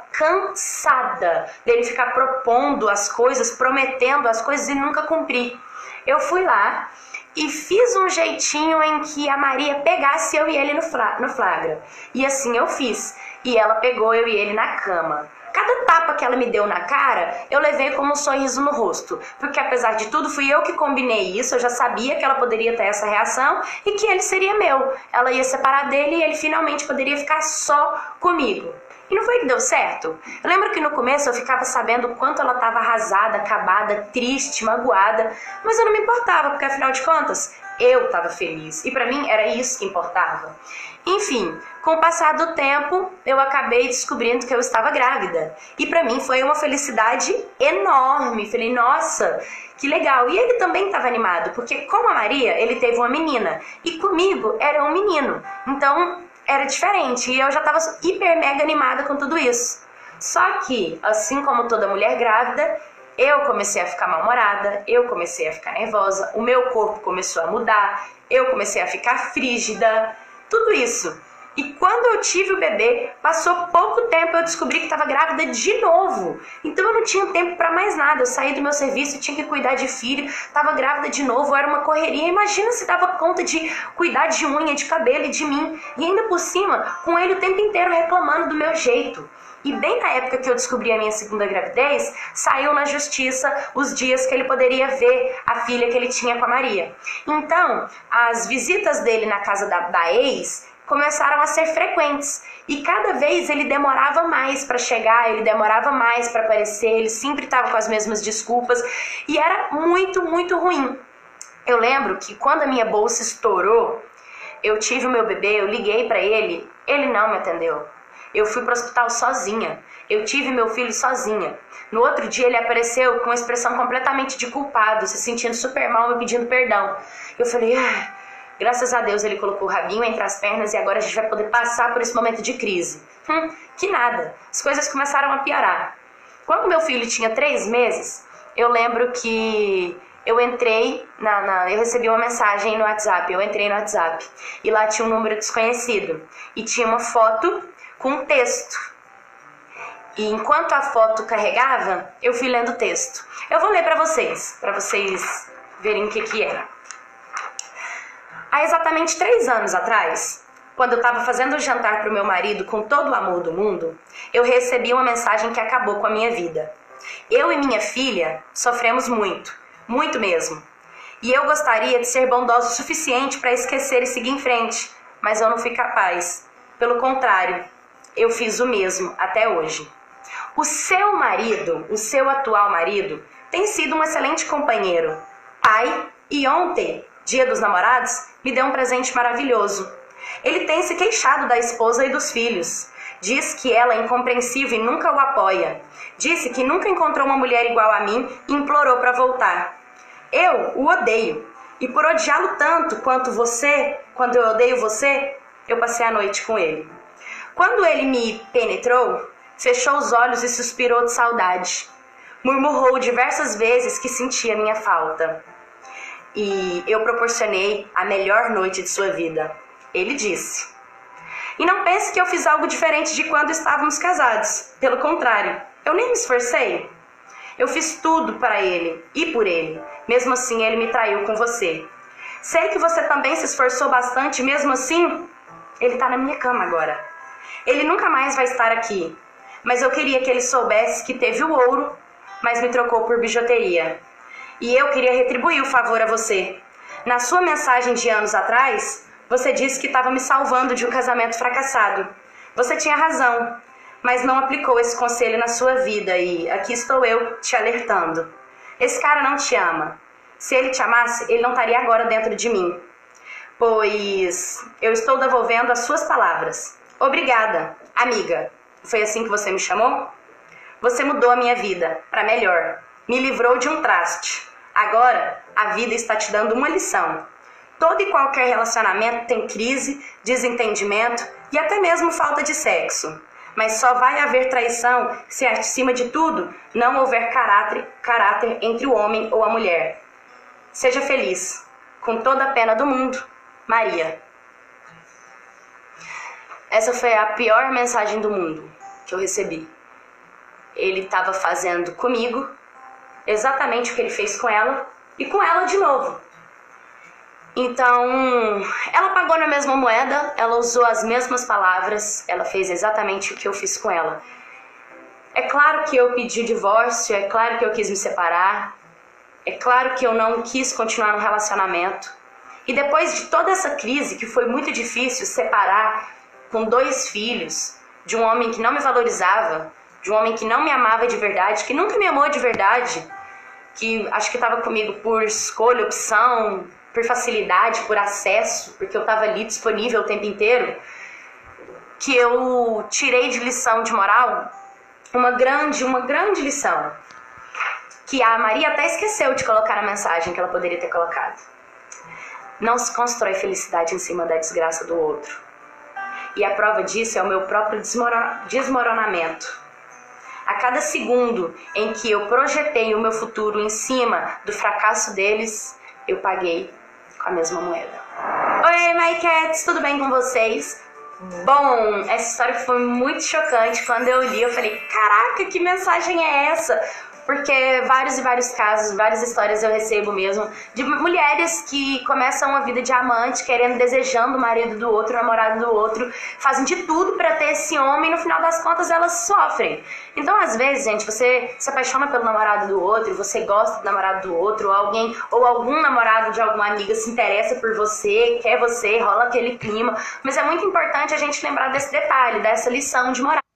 cansada dele ficar propondo as coisas, prometendo as coisas e nunca cumprir. Eu fui lá e fiz um jeitinho em que a Maria pegasse eu e ele no flagra. E assim eu fiz. E ela pegou eu e ele na cama. Cada tapa que ela me deu na cara, eu levei como um sorriso no rosto. Porque apesar de tudo, fui eu que combinei isso. Eu já sabia que ela poderia ter essa reação e que ele seria meu. Ela ia separar dele e ele finalmente poderia ficar só comigo. E não foi que deu certo? Eu lembro que no começo eu ficava sabendo o quanto ela estava arrasada, acabada, triste, magoada. Mas eu não me importava, porque afinal de contas, eu estava feliz. E pra mim era isso que importava. Enfim, com o passar do tempo, eu acabei descobrindo que eu estava grávida. E pra mim foi uma felicidade enorme. Falei, nossa, que legal. E ele também estava animado, porque como a Maria, ele teve uma menina. E comigo era um menino. Então... era diferente, e eu já estava hiper mega animada com tudo isso. Só que, assim como toda mulher grávida, eu comecei a ficar mal-humorada, eu comecei a ficar nervosa, o meu corpo começou a mudar, eu comecei a ficar frígida, tudo isso. E quando eu tive o bebê, passou pouco tempo eu descobri que estava grávida de novo. Então eu não tinha tempo para mais nada. Eu saí do meu serviço, tinha que cuidar de filho, estava grávida de novo, era uma correria. Imagina se dava conta de cuidar de unha, de cabelo e de mim. E ainda por cima, com ele o tempo inteiro reclamando do meu jeito. E bem na época que eu descobri a minha segunda gravidez, saiu na justiça os dias que ele poderia ver a filha que ele tinha com a Maria. Então, as visitas dele na casa da, da ex começaram a ser frequentes. E cada vez ele demorava mais para chegar, ele demorava mais para aparecer, ele sempre estava com as mesmas desculpas. E era muito, muito ruim. Eu lembro que quando a minha bolsa estourou, eu tive o meu bebê, eu liguei para ele, ele não me atendeu. Eu fui para o hospital sozinha. Eu tive meu filho sozinha. No outro dia ele apareceu com uma expressão completamente de culpado, se sentindo super mal, me pedindo perdão. Eu falei, ah, graças a Deus ele colocou o rabinho entre as pernas e agora a gente vai poder passar por esse momento de crise. Hum, que nada. As coisas começaram a piorar. Quando meu filho tinha três meses, eu lembro que eu entrei, na, na, eu recebi uma mensagem no WhatsApp, eu entrei no WhatsApp e lá tinha um número desconhecido e tinha uma foto com um texto. E enquanto a foto carregava, eu fui lendo o texto. Eu vou ler para vocês, para vocês verem o que que era. Há exatamente três anos atrás, quando eu estava fazendo o jantar para o meu marido com todo o amor do mundo, eu recebi uma mensagem que acabou com a minha vida. Eu e minha filha sofremos muito, muito mesmo. E eu gostaria de ser bondosa o suficiente para esquecer e seguir em frente, mas eu não fui capaz. Pelo contrário, eu fiz o mesmo até hoje. O seu marido, o seu atual marido, tem sido um excelente companheiro, pai, e ontem, Dia dos Namorados, me deu um presente maravilhoso. Ele tem se queixado da esposa e dos filhos. Diz que ela é incompreensível e nunca o apoia. Disse que nunca encontrou uma mulher igual a mim e implorou para voltar. Eu o odeio. E por odiá-lo tanto quanto você, quando eu odeio você, eu passei a noite com ele. Quando ele me penetrou, fechou os olhos e suspirou de saudade. Murmurou diversas vezes que sentia minha falta. E eu proporcionei a melhor noite de sua vida. Ele disse. E não pense que eu fiz algo diferente de quando estávamos casados. Pelo contrário, eu nem me esforcei. Eu fiz tudo para ele e por ele. Mesmo assim, ele me traiu com você. Sei que você também se esforçou bastante, mesmo assim, ele está na minha cama agora. Ele nunca mais vai estar aqui, mas eu queria que ele soubesse que teve o ouro, mas me trocou por bijuteria. E eu queria retribuir o favor a você. Na sua mensagem de anos atrás, você disse que estava me salvando de um casamento fracassado. Você tinha razão, mas não aplicou esse conselho na sua vida e aqui estou eu te alertando. Esse cara não te ama. Se ele te amasse, ele não estaria agora dentro de mim. Pois eu estou devolvendo as suas palavras. Obrigada, amiga. Foi assim que você me chamou? Você mudou a minha vida para melhor. Me livrou de um traste. Agora, a vida está te dando uma lição. Todo e qualquer relacionamento tem crise, desentendimento e até mesmo falta de sexo. Mas só vai haver traição se, acima de tudo, não houver caráter, caráter entre o homem ou a mulher. Seja feliz. Com toda a pena do mundo, Maria. Essa foi a pior mensagem do mundo que eu recebi. Ele estava fazendo comigo exatamente o que ele fez com ela e com ela de novo. Então, ela pagou na mesma moeda, ela usou as mesmas palavras, ela fez exatamente o que eu fiz com ela. É claro que eu pedi o divórcio, é claro que eu quis me separar, é claro que eu não quis continuar no relacionamento. E depois de toda essa crise, que foi muito difícil separar com dois filhos, de um homem que não me valorizava, de um homem que não me amava de verdade, que nunca me amou de verdade, que acho que estava comigo por escolha, opção, por facilidade, por acesso, porque eu estava ali disponível o tempo inteiro, que eu tirei de lição de moral uma grande, uma grande lição, que a Maria até esqueceu de colocar na mensagem que ela poderia ter colocado. Não se constrói felicidade em cima da desgraça do outro. E a prova disso é o meu próprio desmoronamento. A cada segundo em que eu projetei o meu futuro em cima do fracasso deles, eu paguei com a mesma moeda. Oi, My Cats, tudo bem com vocês? Bom, essa história foi muito chocante. Quando eu li, eu falei, caraca, que mensagem é essa? porque vários e vários casos, várias histórias eu recebo mesmo, de mulheres que começam uma vida de amante, querendo, desejando o marido do outro, o namorado do outro, fazem de tudo pra ter esse homem e no final das contas elas sofrem. Então, às vezes, gente, você se apaixona pelo namorado do outro, você gosta do namorado do outro, ou alguém, ou algum namorado de alguma amiga se interessa por você, quer você, rola aquele clima, mas é muito importante a gente lembrar desse detalhe, dessa lição de moral.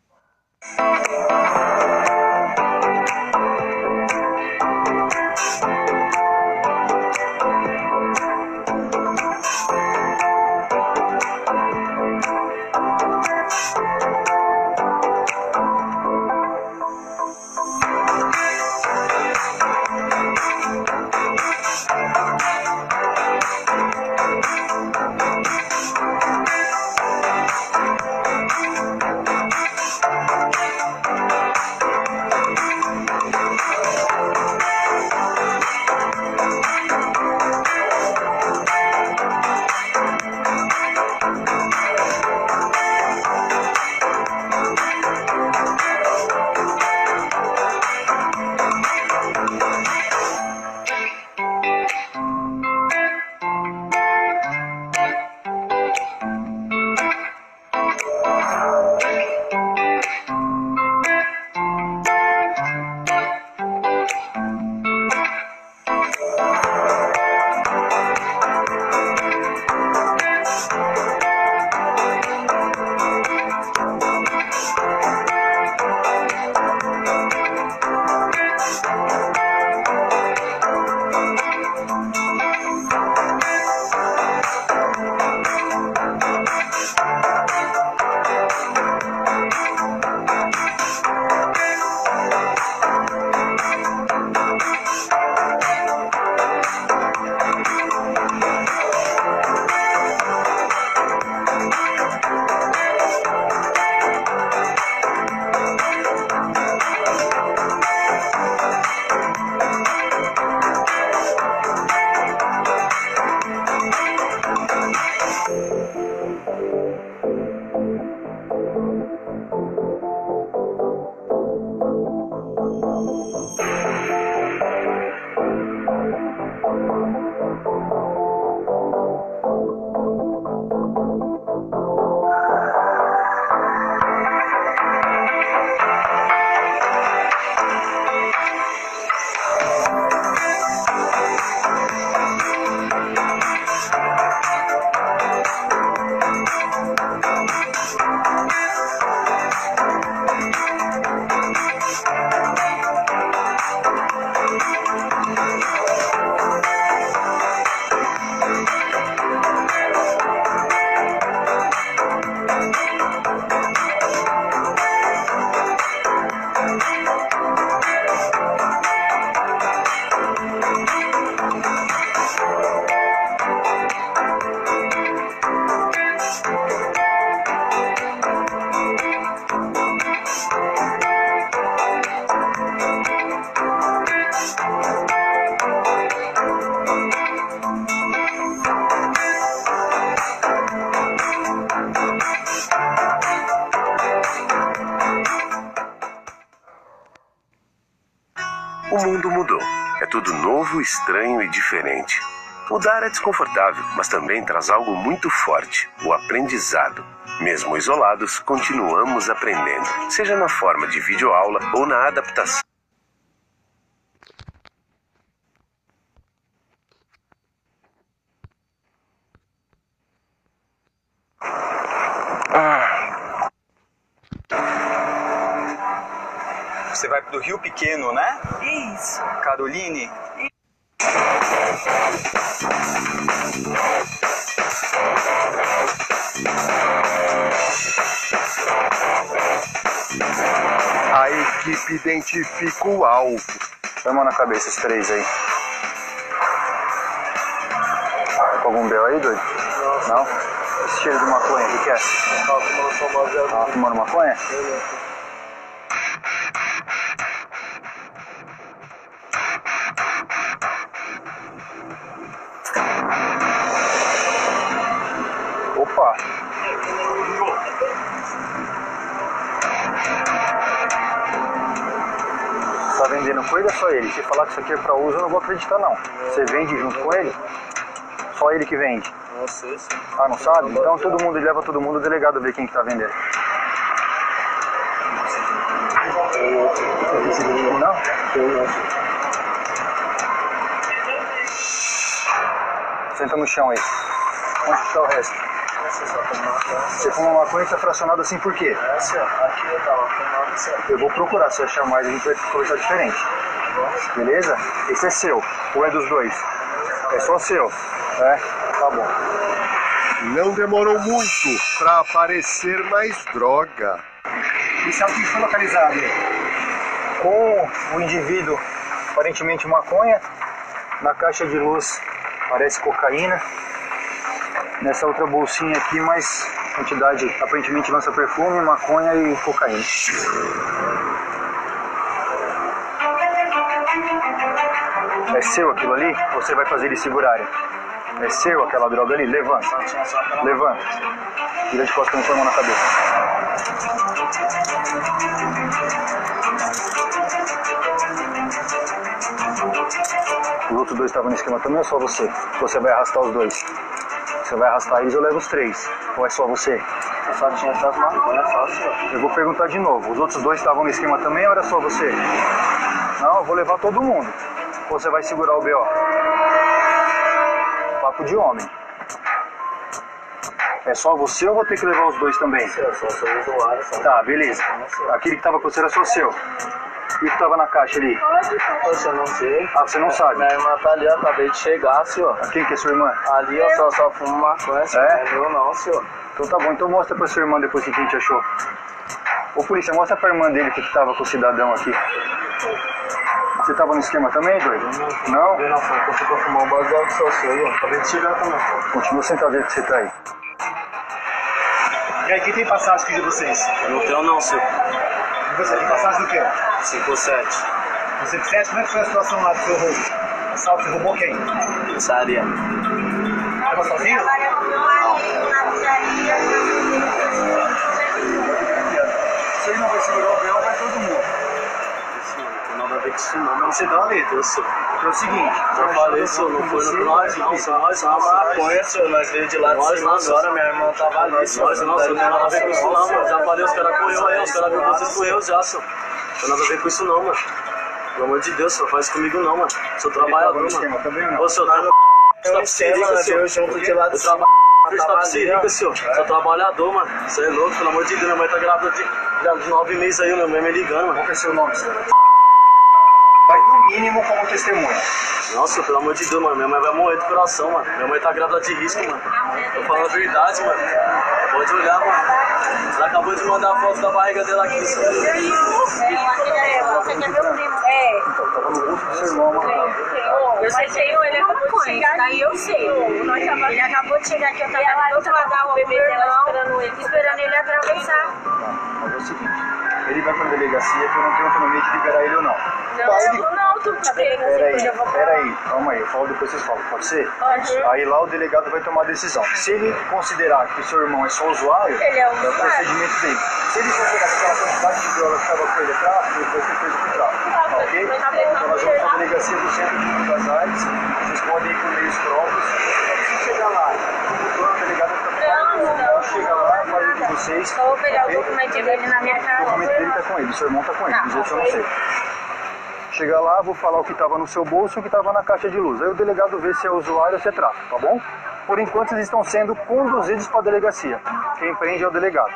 O mundo mudou. É tudo novo, estranho e diferente. Mudar é desconfortável, mas também traz algo muito forte: o aprendizado. Mesmo isolados, continuamos aprendendo, seja na forma de videoaula ou na adaptação. Você vai do Rio Pequeno, né? Isso. Caroline? A equipe identifica o alvo. Põe a mão na cabeça, esses três aí. Tá com algum bel aí, doido? Não. Não? Esse cheiro de maconha, o que é? Tá fumando maconha? Opa! tá vendendo coisa, é só ele. Se falar que isso aqui é pra uso, eu não vou acreditar não. Você vende junto com ele? Só ele que vende? Não sei, sim. Ah, não sabe? Então todo mundo, ele leva todo mundo, o delegado vê quem que tá vendendo. Não? Senta no chão aí. Onde que tá o resto? Você fuma maconha e tá fracionado assim por quê? Essa, aqui eu tava fumando. Eu vou procurar, se eu achar mais, a gente vai conversar diferente. Beleza? Esse é seu, ou é dos dois? É só seu. É? Tá bom. Não demorou muito pra aparecer mais droga. E sabe o que foi localizado? Com o indivíduo, aparentemente maconha, na caixa de luz parece cocaína, nessa outra bolsinha aqui mais quantidade, aparentemente lança perfume, maconha e cocaína. É seu aquilo ali? Ou você vai fazer eles segurarem? É seu aquela droga ali? Levanta. Levanta. Vira de costas com a mão na cabeça. Os outros dois estavam no esquema também ou só você? Você vai arrastar os dois? Você vai arrastar eles ou leva os três? Ou é só você? Eu só tinha essas maconhas, só, senhor. Eu vou perguntar de novo. Os outros dois estavam no esquema também ou era só você? Não, eu vou levar todo mundo. Ou você vai segurar o B O? Papo de homem. É só você ou vou ter que levar os dois também? Eu só sou usuário, só. Tá, beleza. Aquele que tava com você era só seu. E o que tava na caixa ali? Poxa, eu não sei. Ah, você não sabe? Minha irmã tá ali, eu acabei de chegar, senhor. Quem que é sua irmã? Ali eu só, só fumo maconha, senhor. É? Não é meu não, senhor. Então tá bom, então mostra pra sua irmã depois o que a gente achou. Ô polícia, mostra pra irmã dele que tava com o cidadão aqui. Você tava no esquema também, doido? Não? Eu não fui, eu fui pra fumar um baseado que só seu, eu acabei de chegar também. Continua sentado aí que você tá aí. E aí, quem tem passagem aqui de vocês? Eu não tenho não, senhor. E você tem passagem do quê? cinco sete. cinco sete, como é que foi a situação lá do seu roubo? Assalto, você roubou quem? Pizzaria. Tava sozinho? Se ele não vai segurar o B O, vai todo mundo. Não vai ver com isso não, mas você dá uma letra, eu sou. É o seguinte, eu falei, senhor, não foi no nós não, senhor, nós não, maconha, senhor, nós veio de lá de cima agora, minha irmã tava ali, senhor, nós não, senhor, não tem nada a ver com isso não, mano, já falei, os caras correu aí, os caras viram vocês correu já, senhor, não tem nada a ver com isso não, mano, pelo amor de Deus, senhor, faz comigo não, mano, sou trabalhador, mano, ô, senhor, tá no esquema, senhor, junto de lá de cima, eu tava sirica, senhor, sou trabalhador, mano, você é louco, pelo amor de Deus, minha mãe tá grávida de nove meses aí, minha mãe me ligando, mano. Qual que é seu nome, senhor? Vai no mínimo como testemunha. Nossa, pelo amor de Deus, mano, minha mãe vai morrer do coração, mano. Minha mãe tá grávida de risco, mano. Tô falando a verdade, mano. Pode olhar, mano. Ela acabou de mandar a foto da barriga dela aqui, senhor. Você quer meu primo? É. Então, tava no rosto do seu irmão, mano. Eu sei, senhor, ele acabou de chegar, daí eu sei. Ele acabou de chegar aqui, eu tava lá do outro lado da rua, o bebê dela esperando ele, esperando ele atravessar. Mas é o seguinte, ele vai pra delegacia que eu não tenho autonomia de liberar ele ou não. Não, ele... não, tu tá bem. Peraí, peraí, calma aí, eu falo depois vocês falam, pode ser? Pode. Aí lá o delegado vai tomar a decisão. Se ele considerar que o seu irmão é só usuário, ele é, um é o procedimento dele. Se ele considerar que aquela quantidade de droga que estava com ele é tráfico, ele vai ser preso por tráfico. Tá, ok? Então nós vamos para a delegacia do Centro de das Artes, vocês podem ir por meios próprios. Se chegar lá, o delegado fica preocupado, chega lá, faz o de vocês. Eu vou pegar okay? o documento dele na minha casa. O documento dele tá com ele, o seu irmão tá com ele, os outros eu não sei. Chega lá, vou falar o que estava no seu bolso e o que estava na caixa de luz. Aí o delegado vê se é usuário ou se é tráfico, tá bom? Por enquanto eles estão sendo conduzidos para a delegacia. Quem prende é o delegado.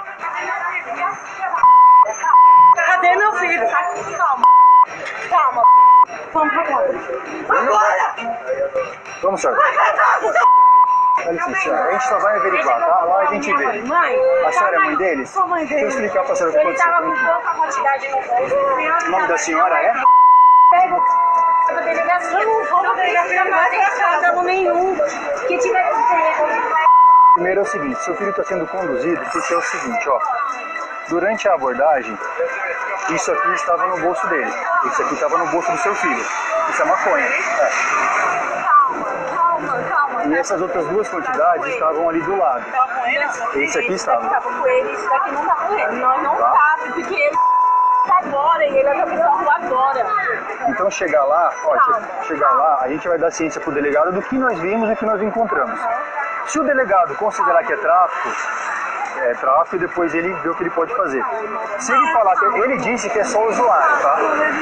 Cadê meu filho? Calma. Calma. Vamos pra casa. Agora! Vamos, senhor. Dá licença, a gente só vai averiguar, tá? Lá a gente vê. A senhora é mãe deles? Sou mãe deles. Deixa eu explicar pra senhora o que aconteceu. Ele tava com pouca quantidade no bolso. O nome da senhora é? Pega o da delegacia. Eu não vou na delegacia, não tem escândalo nenhum. Que tiver que ter. Primeiro é o seguinte, seu filho está sendo conduzido porque é o seguinte, ó. Durante a abordagem, isso aqui estava no bolso dele. Isso aqui estava no bolso do seu filho. Isso é maconha. É. Calma, calma. E essas outras duas quantidades estavam ali do lado. Tava com ele? Esse aqui estava. Tava com ele, isso daqui não tava com ele. Nós não tá. sabe, porque ele... agora, e ele atravessou agora. Então chegar lá, ó, che- chegar lá, a gente vai dar ciência pro delegado do que nós vimos e o que nós encontramos. Se o delegado considerar que é tráfico, é tráfico e depois ele vê o que ele pode fazer. Se ele falar que ele disse que é só usuário, tá?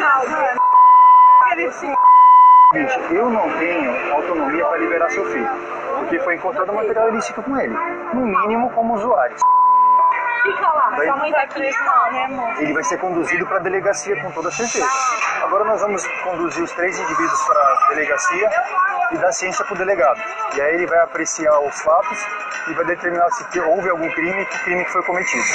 Gente, eu não tenho autonomia para liberar seu filho, porque foi encontrado material ilícito com ele, no mínimo como usuário. Fica lá, Daí, sua mãe tá aqui, não, né, amor? ele vai ser conduzido para a delegacia com toda certeza. Agora nós vamos conduzir os três indivíduos para a delegacia e dar ciência para o delegado. E aí ele vai apreciar os fatos e vai determinar se houve algum crime, que crime que foi cometido.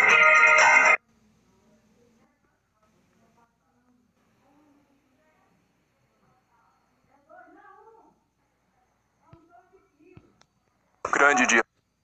Grande dia.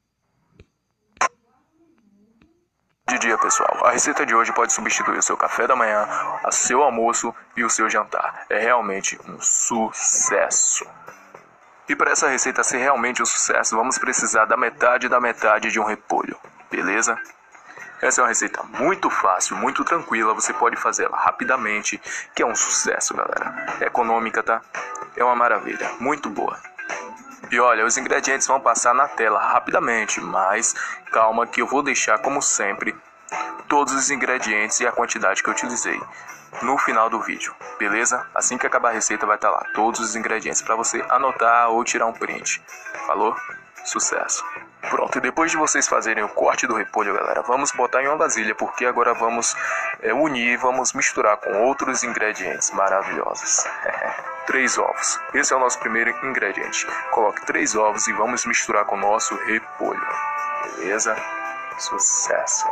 De dia, pessoal. A receita de hoje pode substituir o seu café da manhã, o seu almoço e o seu jantar. É realmente um sucesso. E para essa receita ser realmente um sucesso, vamos precisar da metade da metade de um repolho, beleza? Essa é uma receita muito fácil, muito tranquila, você pode fazê-la rapidamente, que é um sucesso, galera. É econômica, tá? É uma maravilha, muito boa. E olha, os ingredientes vão passar na tela rapidamente, mas calma que eu vou deixar, como sempre, todos os ingredientes e a quantidade que eu utilizei no final do vídeo, beleza? Assim que acabar a receita vai estar lá todos os ingredientes para você anotar ou tirar um print. Falou? Sucesso! Pronto, e depois de vocês fazerem o corte do repolho, galera, vamos botar em uma vasilha, porque agora vamos é, unir, vamos misturar com outros ingredientes maravilhosos. Três ovos. Esse é o nosso primeiro ingrediente. Coloque três ovos e vamos misturar com o nosso repolho. Beleza? Sucesso!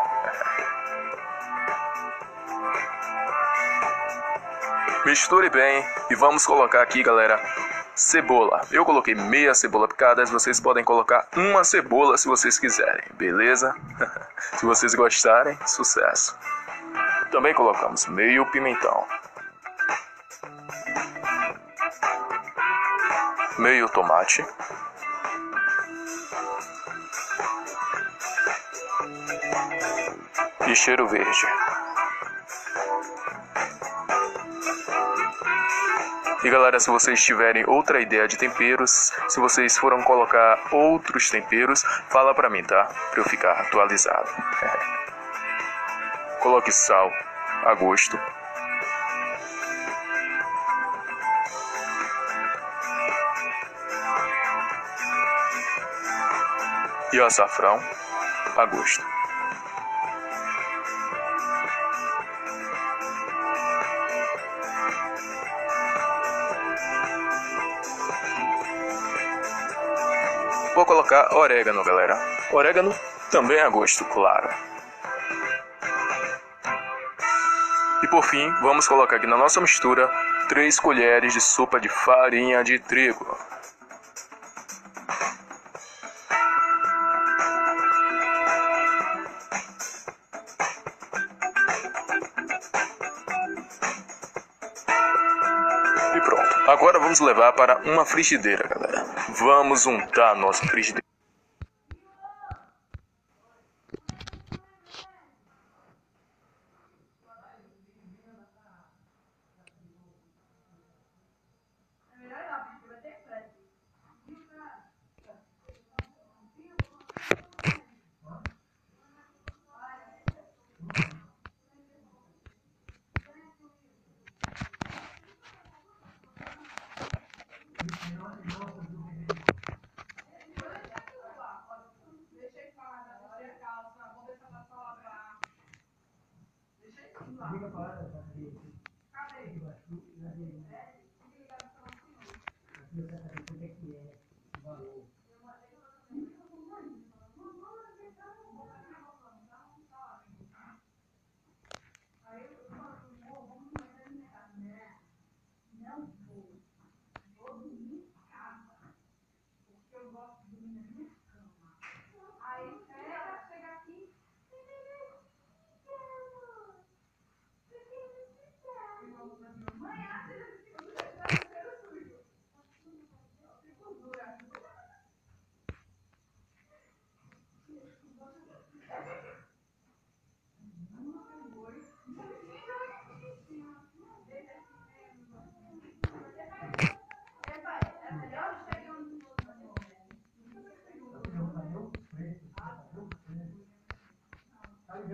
Misture bem e vamos colocar aqui, galera, cebola. Eu coloquei meia cebola picada, vocês podem colocar uma cebola se vocês quiserem, beleza? Se vocês gostarem, sucesso. Também colocamos meio pimentão, meio tomate, e cheiro verde. E galera, se vocês tiverem outra ideia de temperos, se vocês foram colocar outros temperos, fala pra mim, tá? Pra eu ficar atualizado. Coloque sal a gosto. E o açafrão a gosto. Vou colocar orégano, galera. Orégano também a gosto, claro. E por fim, vamos colocar aqui na nossa mistura três colheres de sopa de farinha de trigo. E pronto. Agora vamos levar para uma frigideira, galera. Vamos untar a nossa frigideira.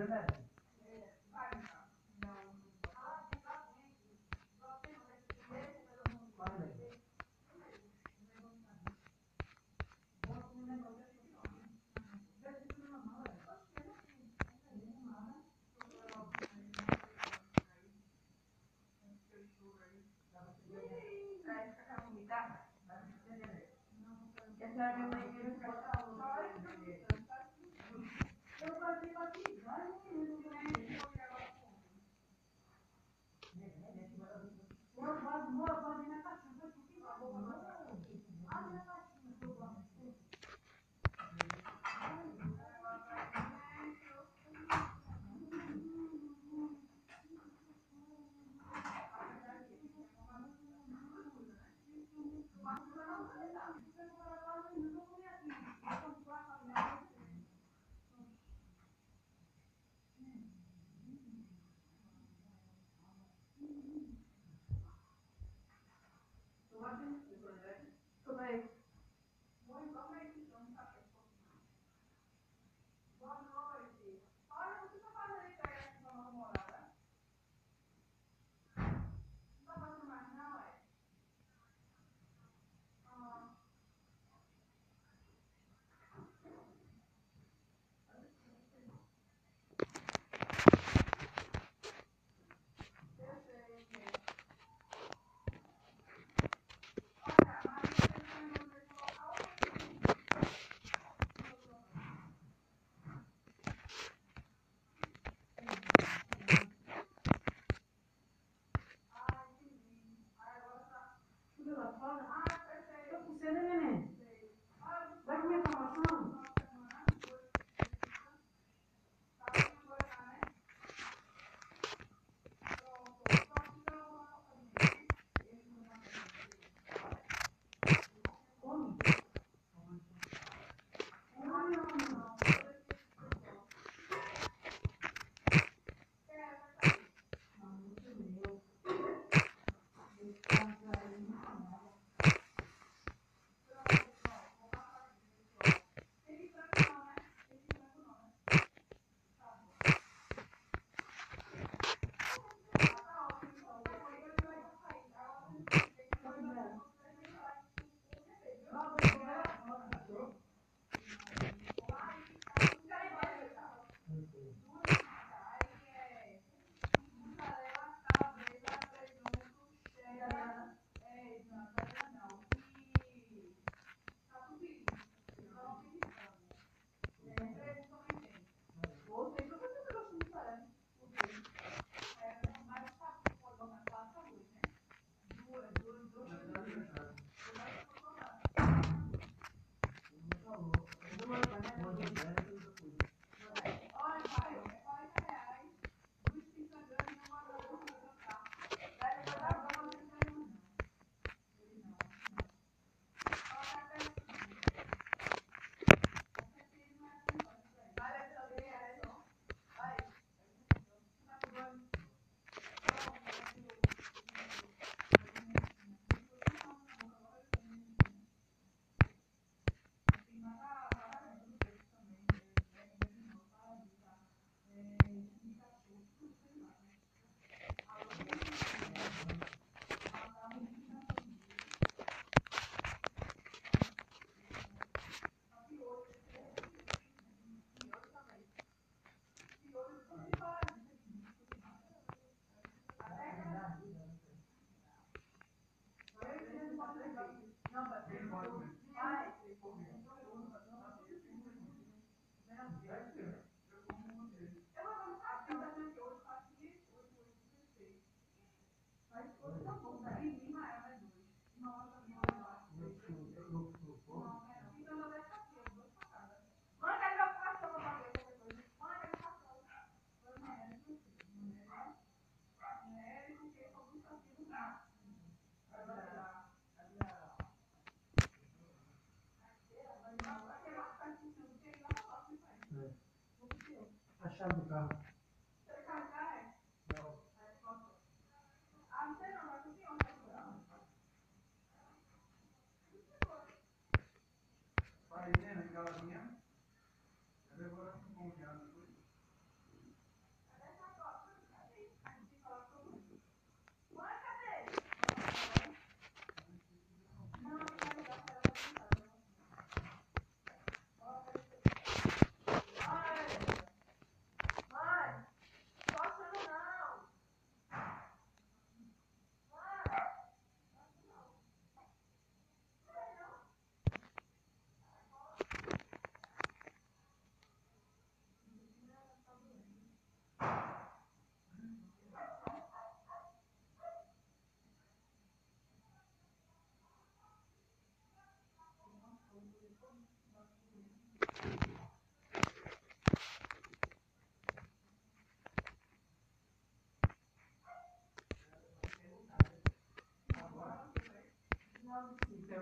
A chave do carro. Vai, né, naquela linha. Agora como que anda?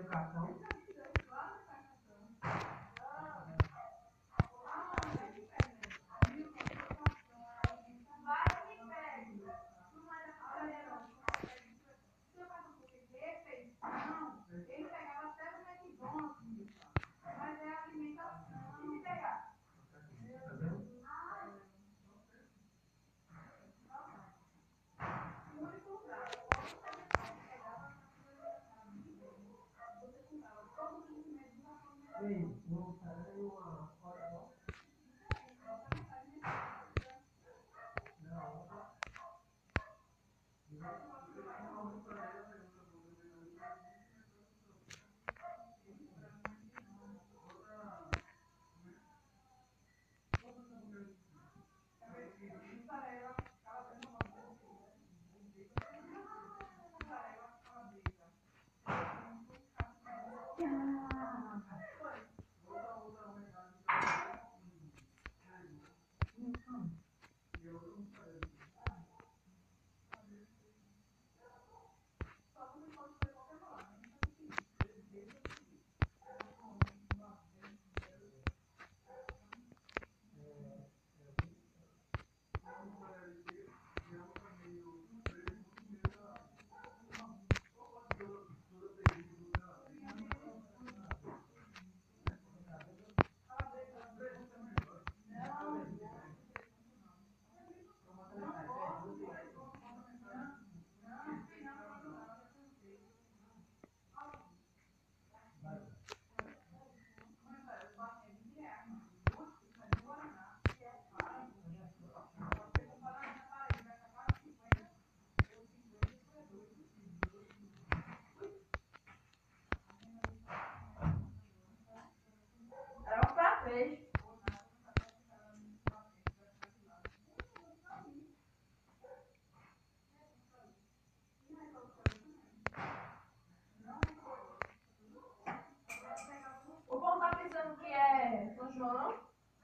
O pão tá pensando que é São João?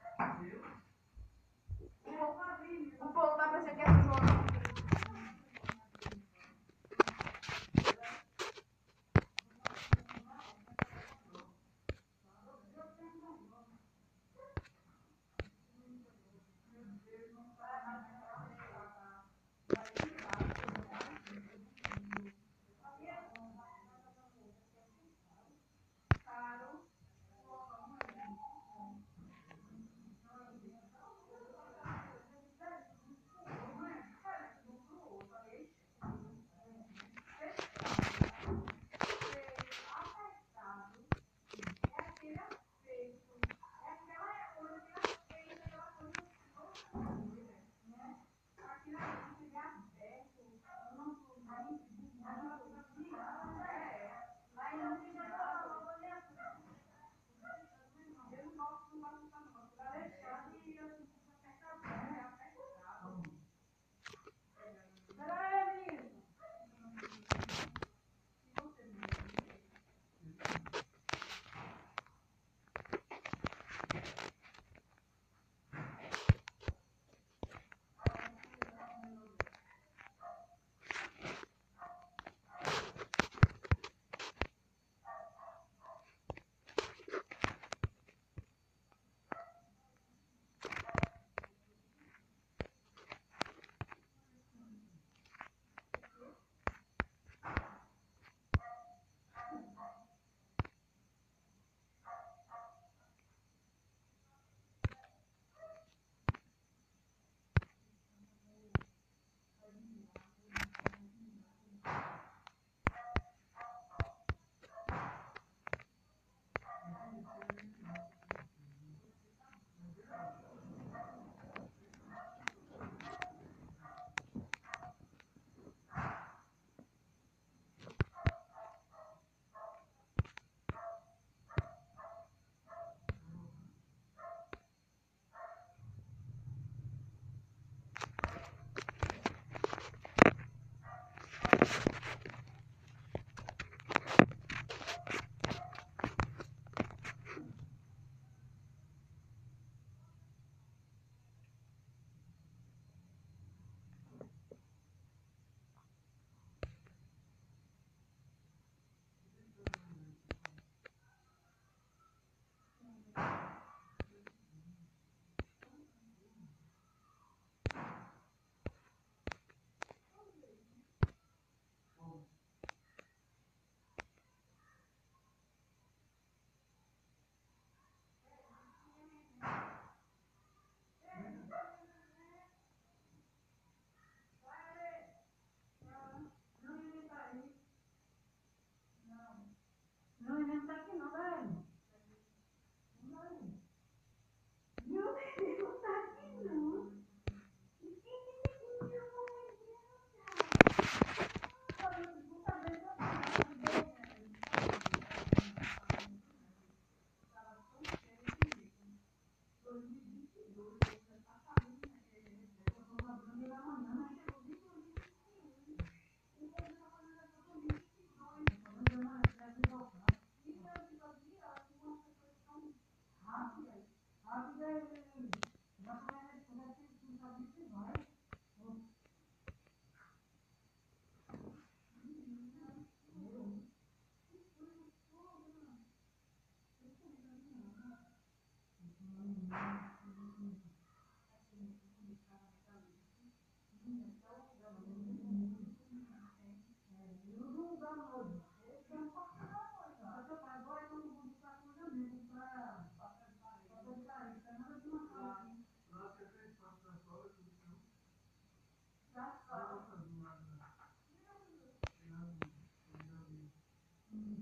O pão tá pensando que é São João?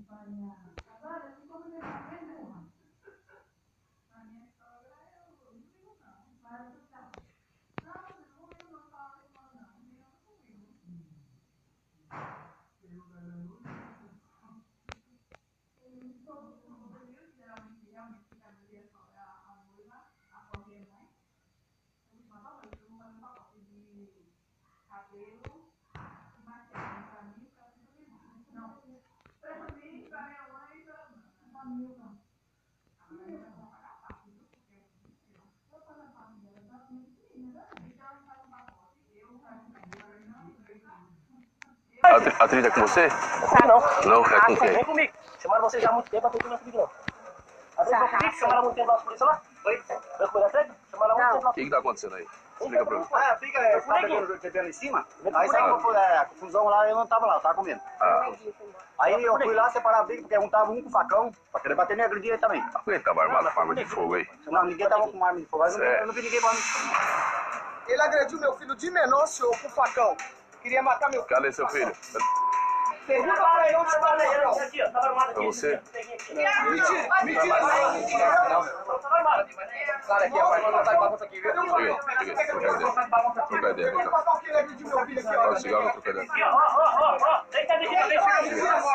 A, tri a trilha é com você? Não. Não, é com quem? Vem comigo. Chamaram você já há muito tempo, a trilha não é comigo não. A trilha é comigo, chamaram há muito tempo lá, polícia lá? Oi? Vai cuidar sério? Chamaram há muito tempo lá. O que que tá acontecendo aí? Explica pra mim. Ah, fica, é, tá bebendo, bebendo em cima. Aí saiu é, a confusão lá, eu não tava lá, eu tava comendo. Ah. Aí eu fui lá separar a briga, porque um tava um com facão, pra querer bater nem agredir ele também. Por que ele tava armado com arma de fogo aí? Não, ninguém tava com arma de fogo, eu não, eu não vi ninguém falando. Ele agrediu meu filho de menor, senhor, com facão. Queria matar meu filho. Cadê seu filho? Pergunta pra ele onde está o facão. É você? Mentira, mentira, mentira. Sai daqui, rapaz, não sai bagunça aqui, viu? Cheguei, cheguei, troca ideia. Troca ideia, vem cá. Facão que ele agrediu meu filho aqui, Dá ó. o cigarro, troca ideia. Ó, ó, ó, ó. Vem cá, vem cá, vem cá.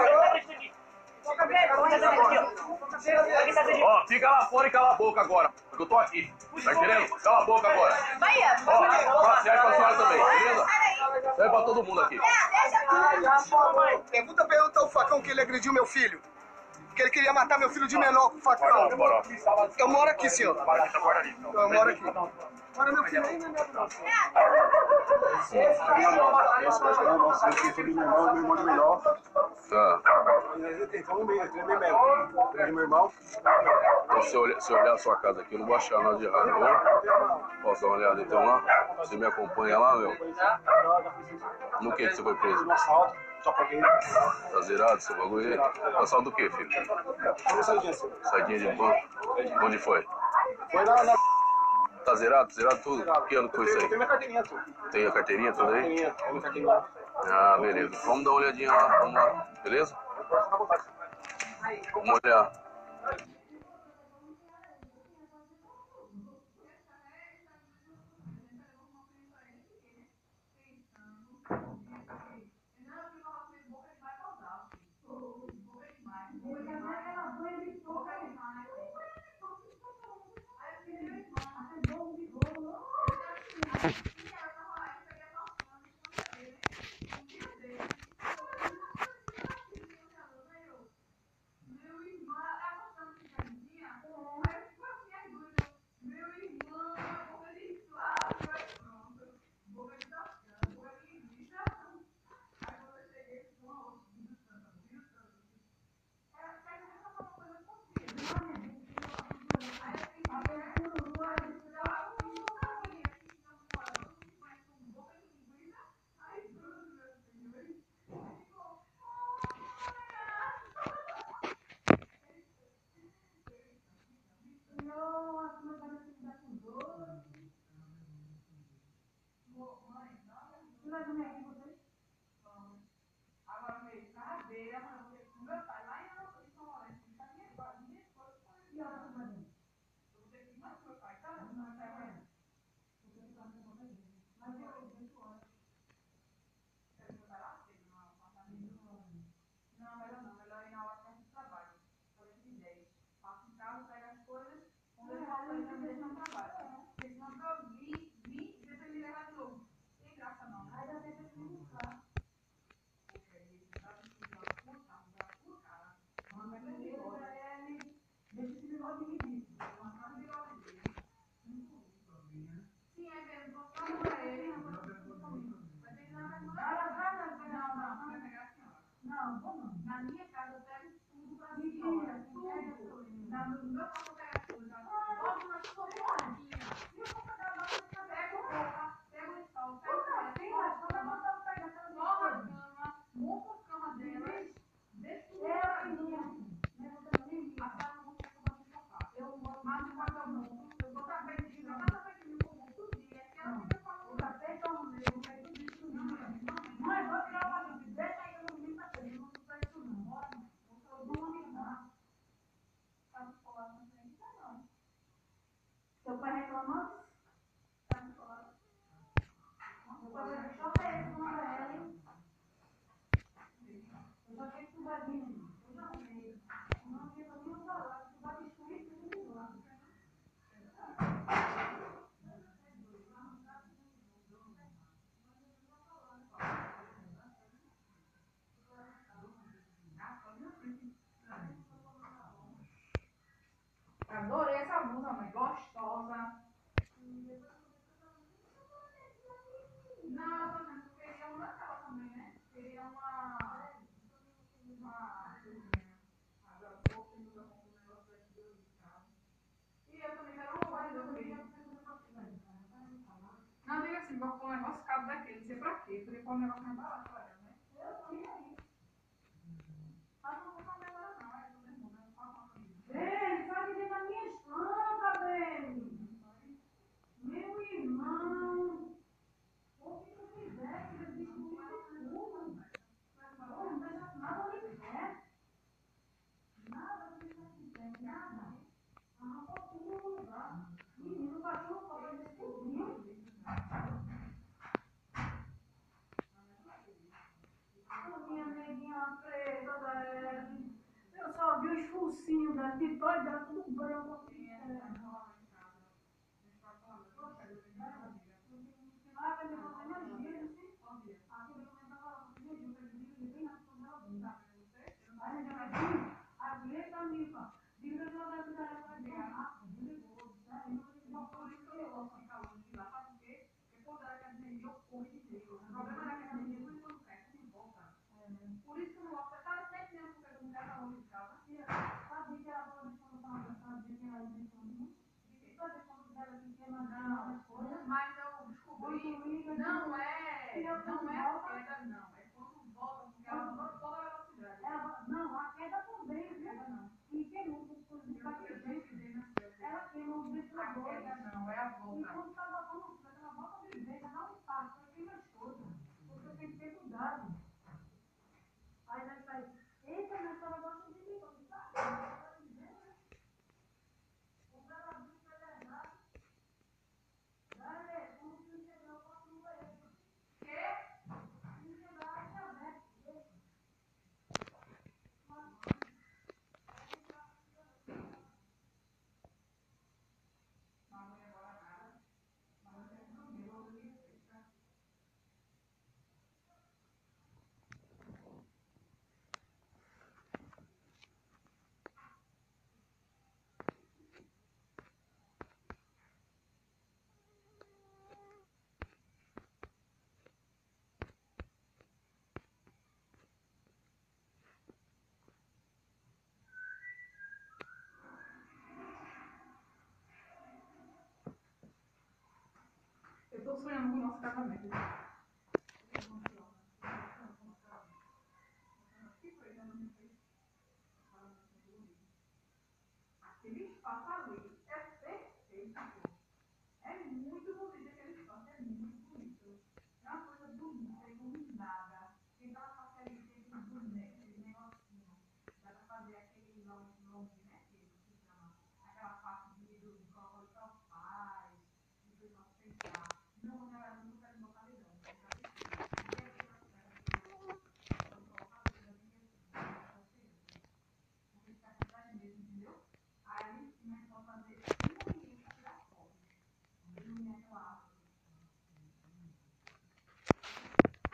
Ó, fica lá fora e cala a boca agora, porque eu tô aqui. Tá entendendo? Cala a boca agora. Ó, serve pra senhora também, beleza? Serve pra todo mundo aqui. Pergunta pra ele onde tá o facão que ele agrediu meu filho. Que ele queria matar meu filho de menor com facão. Eu moro aqui, senhor. Eu moro aqui. Agora meu filho aí, né, meu Deus? Tá. Então, se eu, olhar, se eu olhar a sua casa aqui, eu não vou achar nada de errado, viu? Posso dar uma olhada então lá? Você me acompanha lá, meu? No que que você foi preso? Tá zerado seu bagulho aí? Assalto do que, filho? Saidinha de banco? Onde foi? Foi lá na... Tá zerado? Zerado tudo? Que ano que foi isso aí? Tem minha carteirinha, tudo. Tem a carteirinha tudo aí? Carteirinha, tem minha carteirinha. Ah, beleza. Vamos dar uma olhadinha lá, vamos lá. Beleza? Vamos olhar. o negócio mais barato, olha, né? Ah, não vou fazer agora não, é tudo bem, não faço uma comida. Bem, sabe dentro da minha estampa, bem. Meu irmão. O que tu quiser, que eu digo tudo. Não deixa nada ali perto. Nada que você quiser, nada. Arranca tudo no lugar. Menino, o cachorro pode descobrir. Minha neguinha preta da Eve. Eu só vi os focinhos da Vitória, dela tudo branco assim. Ah, vai levar mais energia, assim. Aqui eu vou começar a falar com energia, eu preciso bem na sua vida. Aí a gente vai vir, a direita amiga. Diga que ela vai ficar ela vai ver. Ah, nervoso, sabe? Não tem uma coisa que eu gosto de ficar longe de lá, sabe por quê? Porque quando ela quer energia, eu corro de Deus. O problema é que a energia não quando quer, não volta. Por isso que eu não gosto, eu tava sempre mesmo porque eu não quero estar longe de casa. Sabia que ela falou de quando estava gastando, que ela ia deixando muito. E fazer quando dela que quer mandar as coisas. Mas eu descobri, não é, não é a queda, não. É quando volta, porque ela volta toda a velocidade. Ela, não, a queda também, viu? Não. E queima os coisas de paquete. Ela queima os ventiladores. A queda não, é a volta. E quando está botando, ela bota de vez, ela dá um impacto, ela queima as coisas. Você tem que ter cuidado. Aí vai sair, eita, minha senhora gosta de mim, sabe? O cara abriu o telhado. Dale, como se não chegar, eu posso não ver. Quê? Se chegar, eu aberto. Eu tô sonhando com o nosso casamento. Que coisa, não me fez. Aquele espaço ali.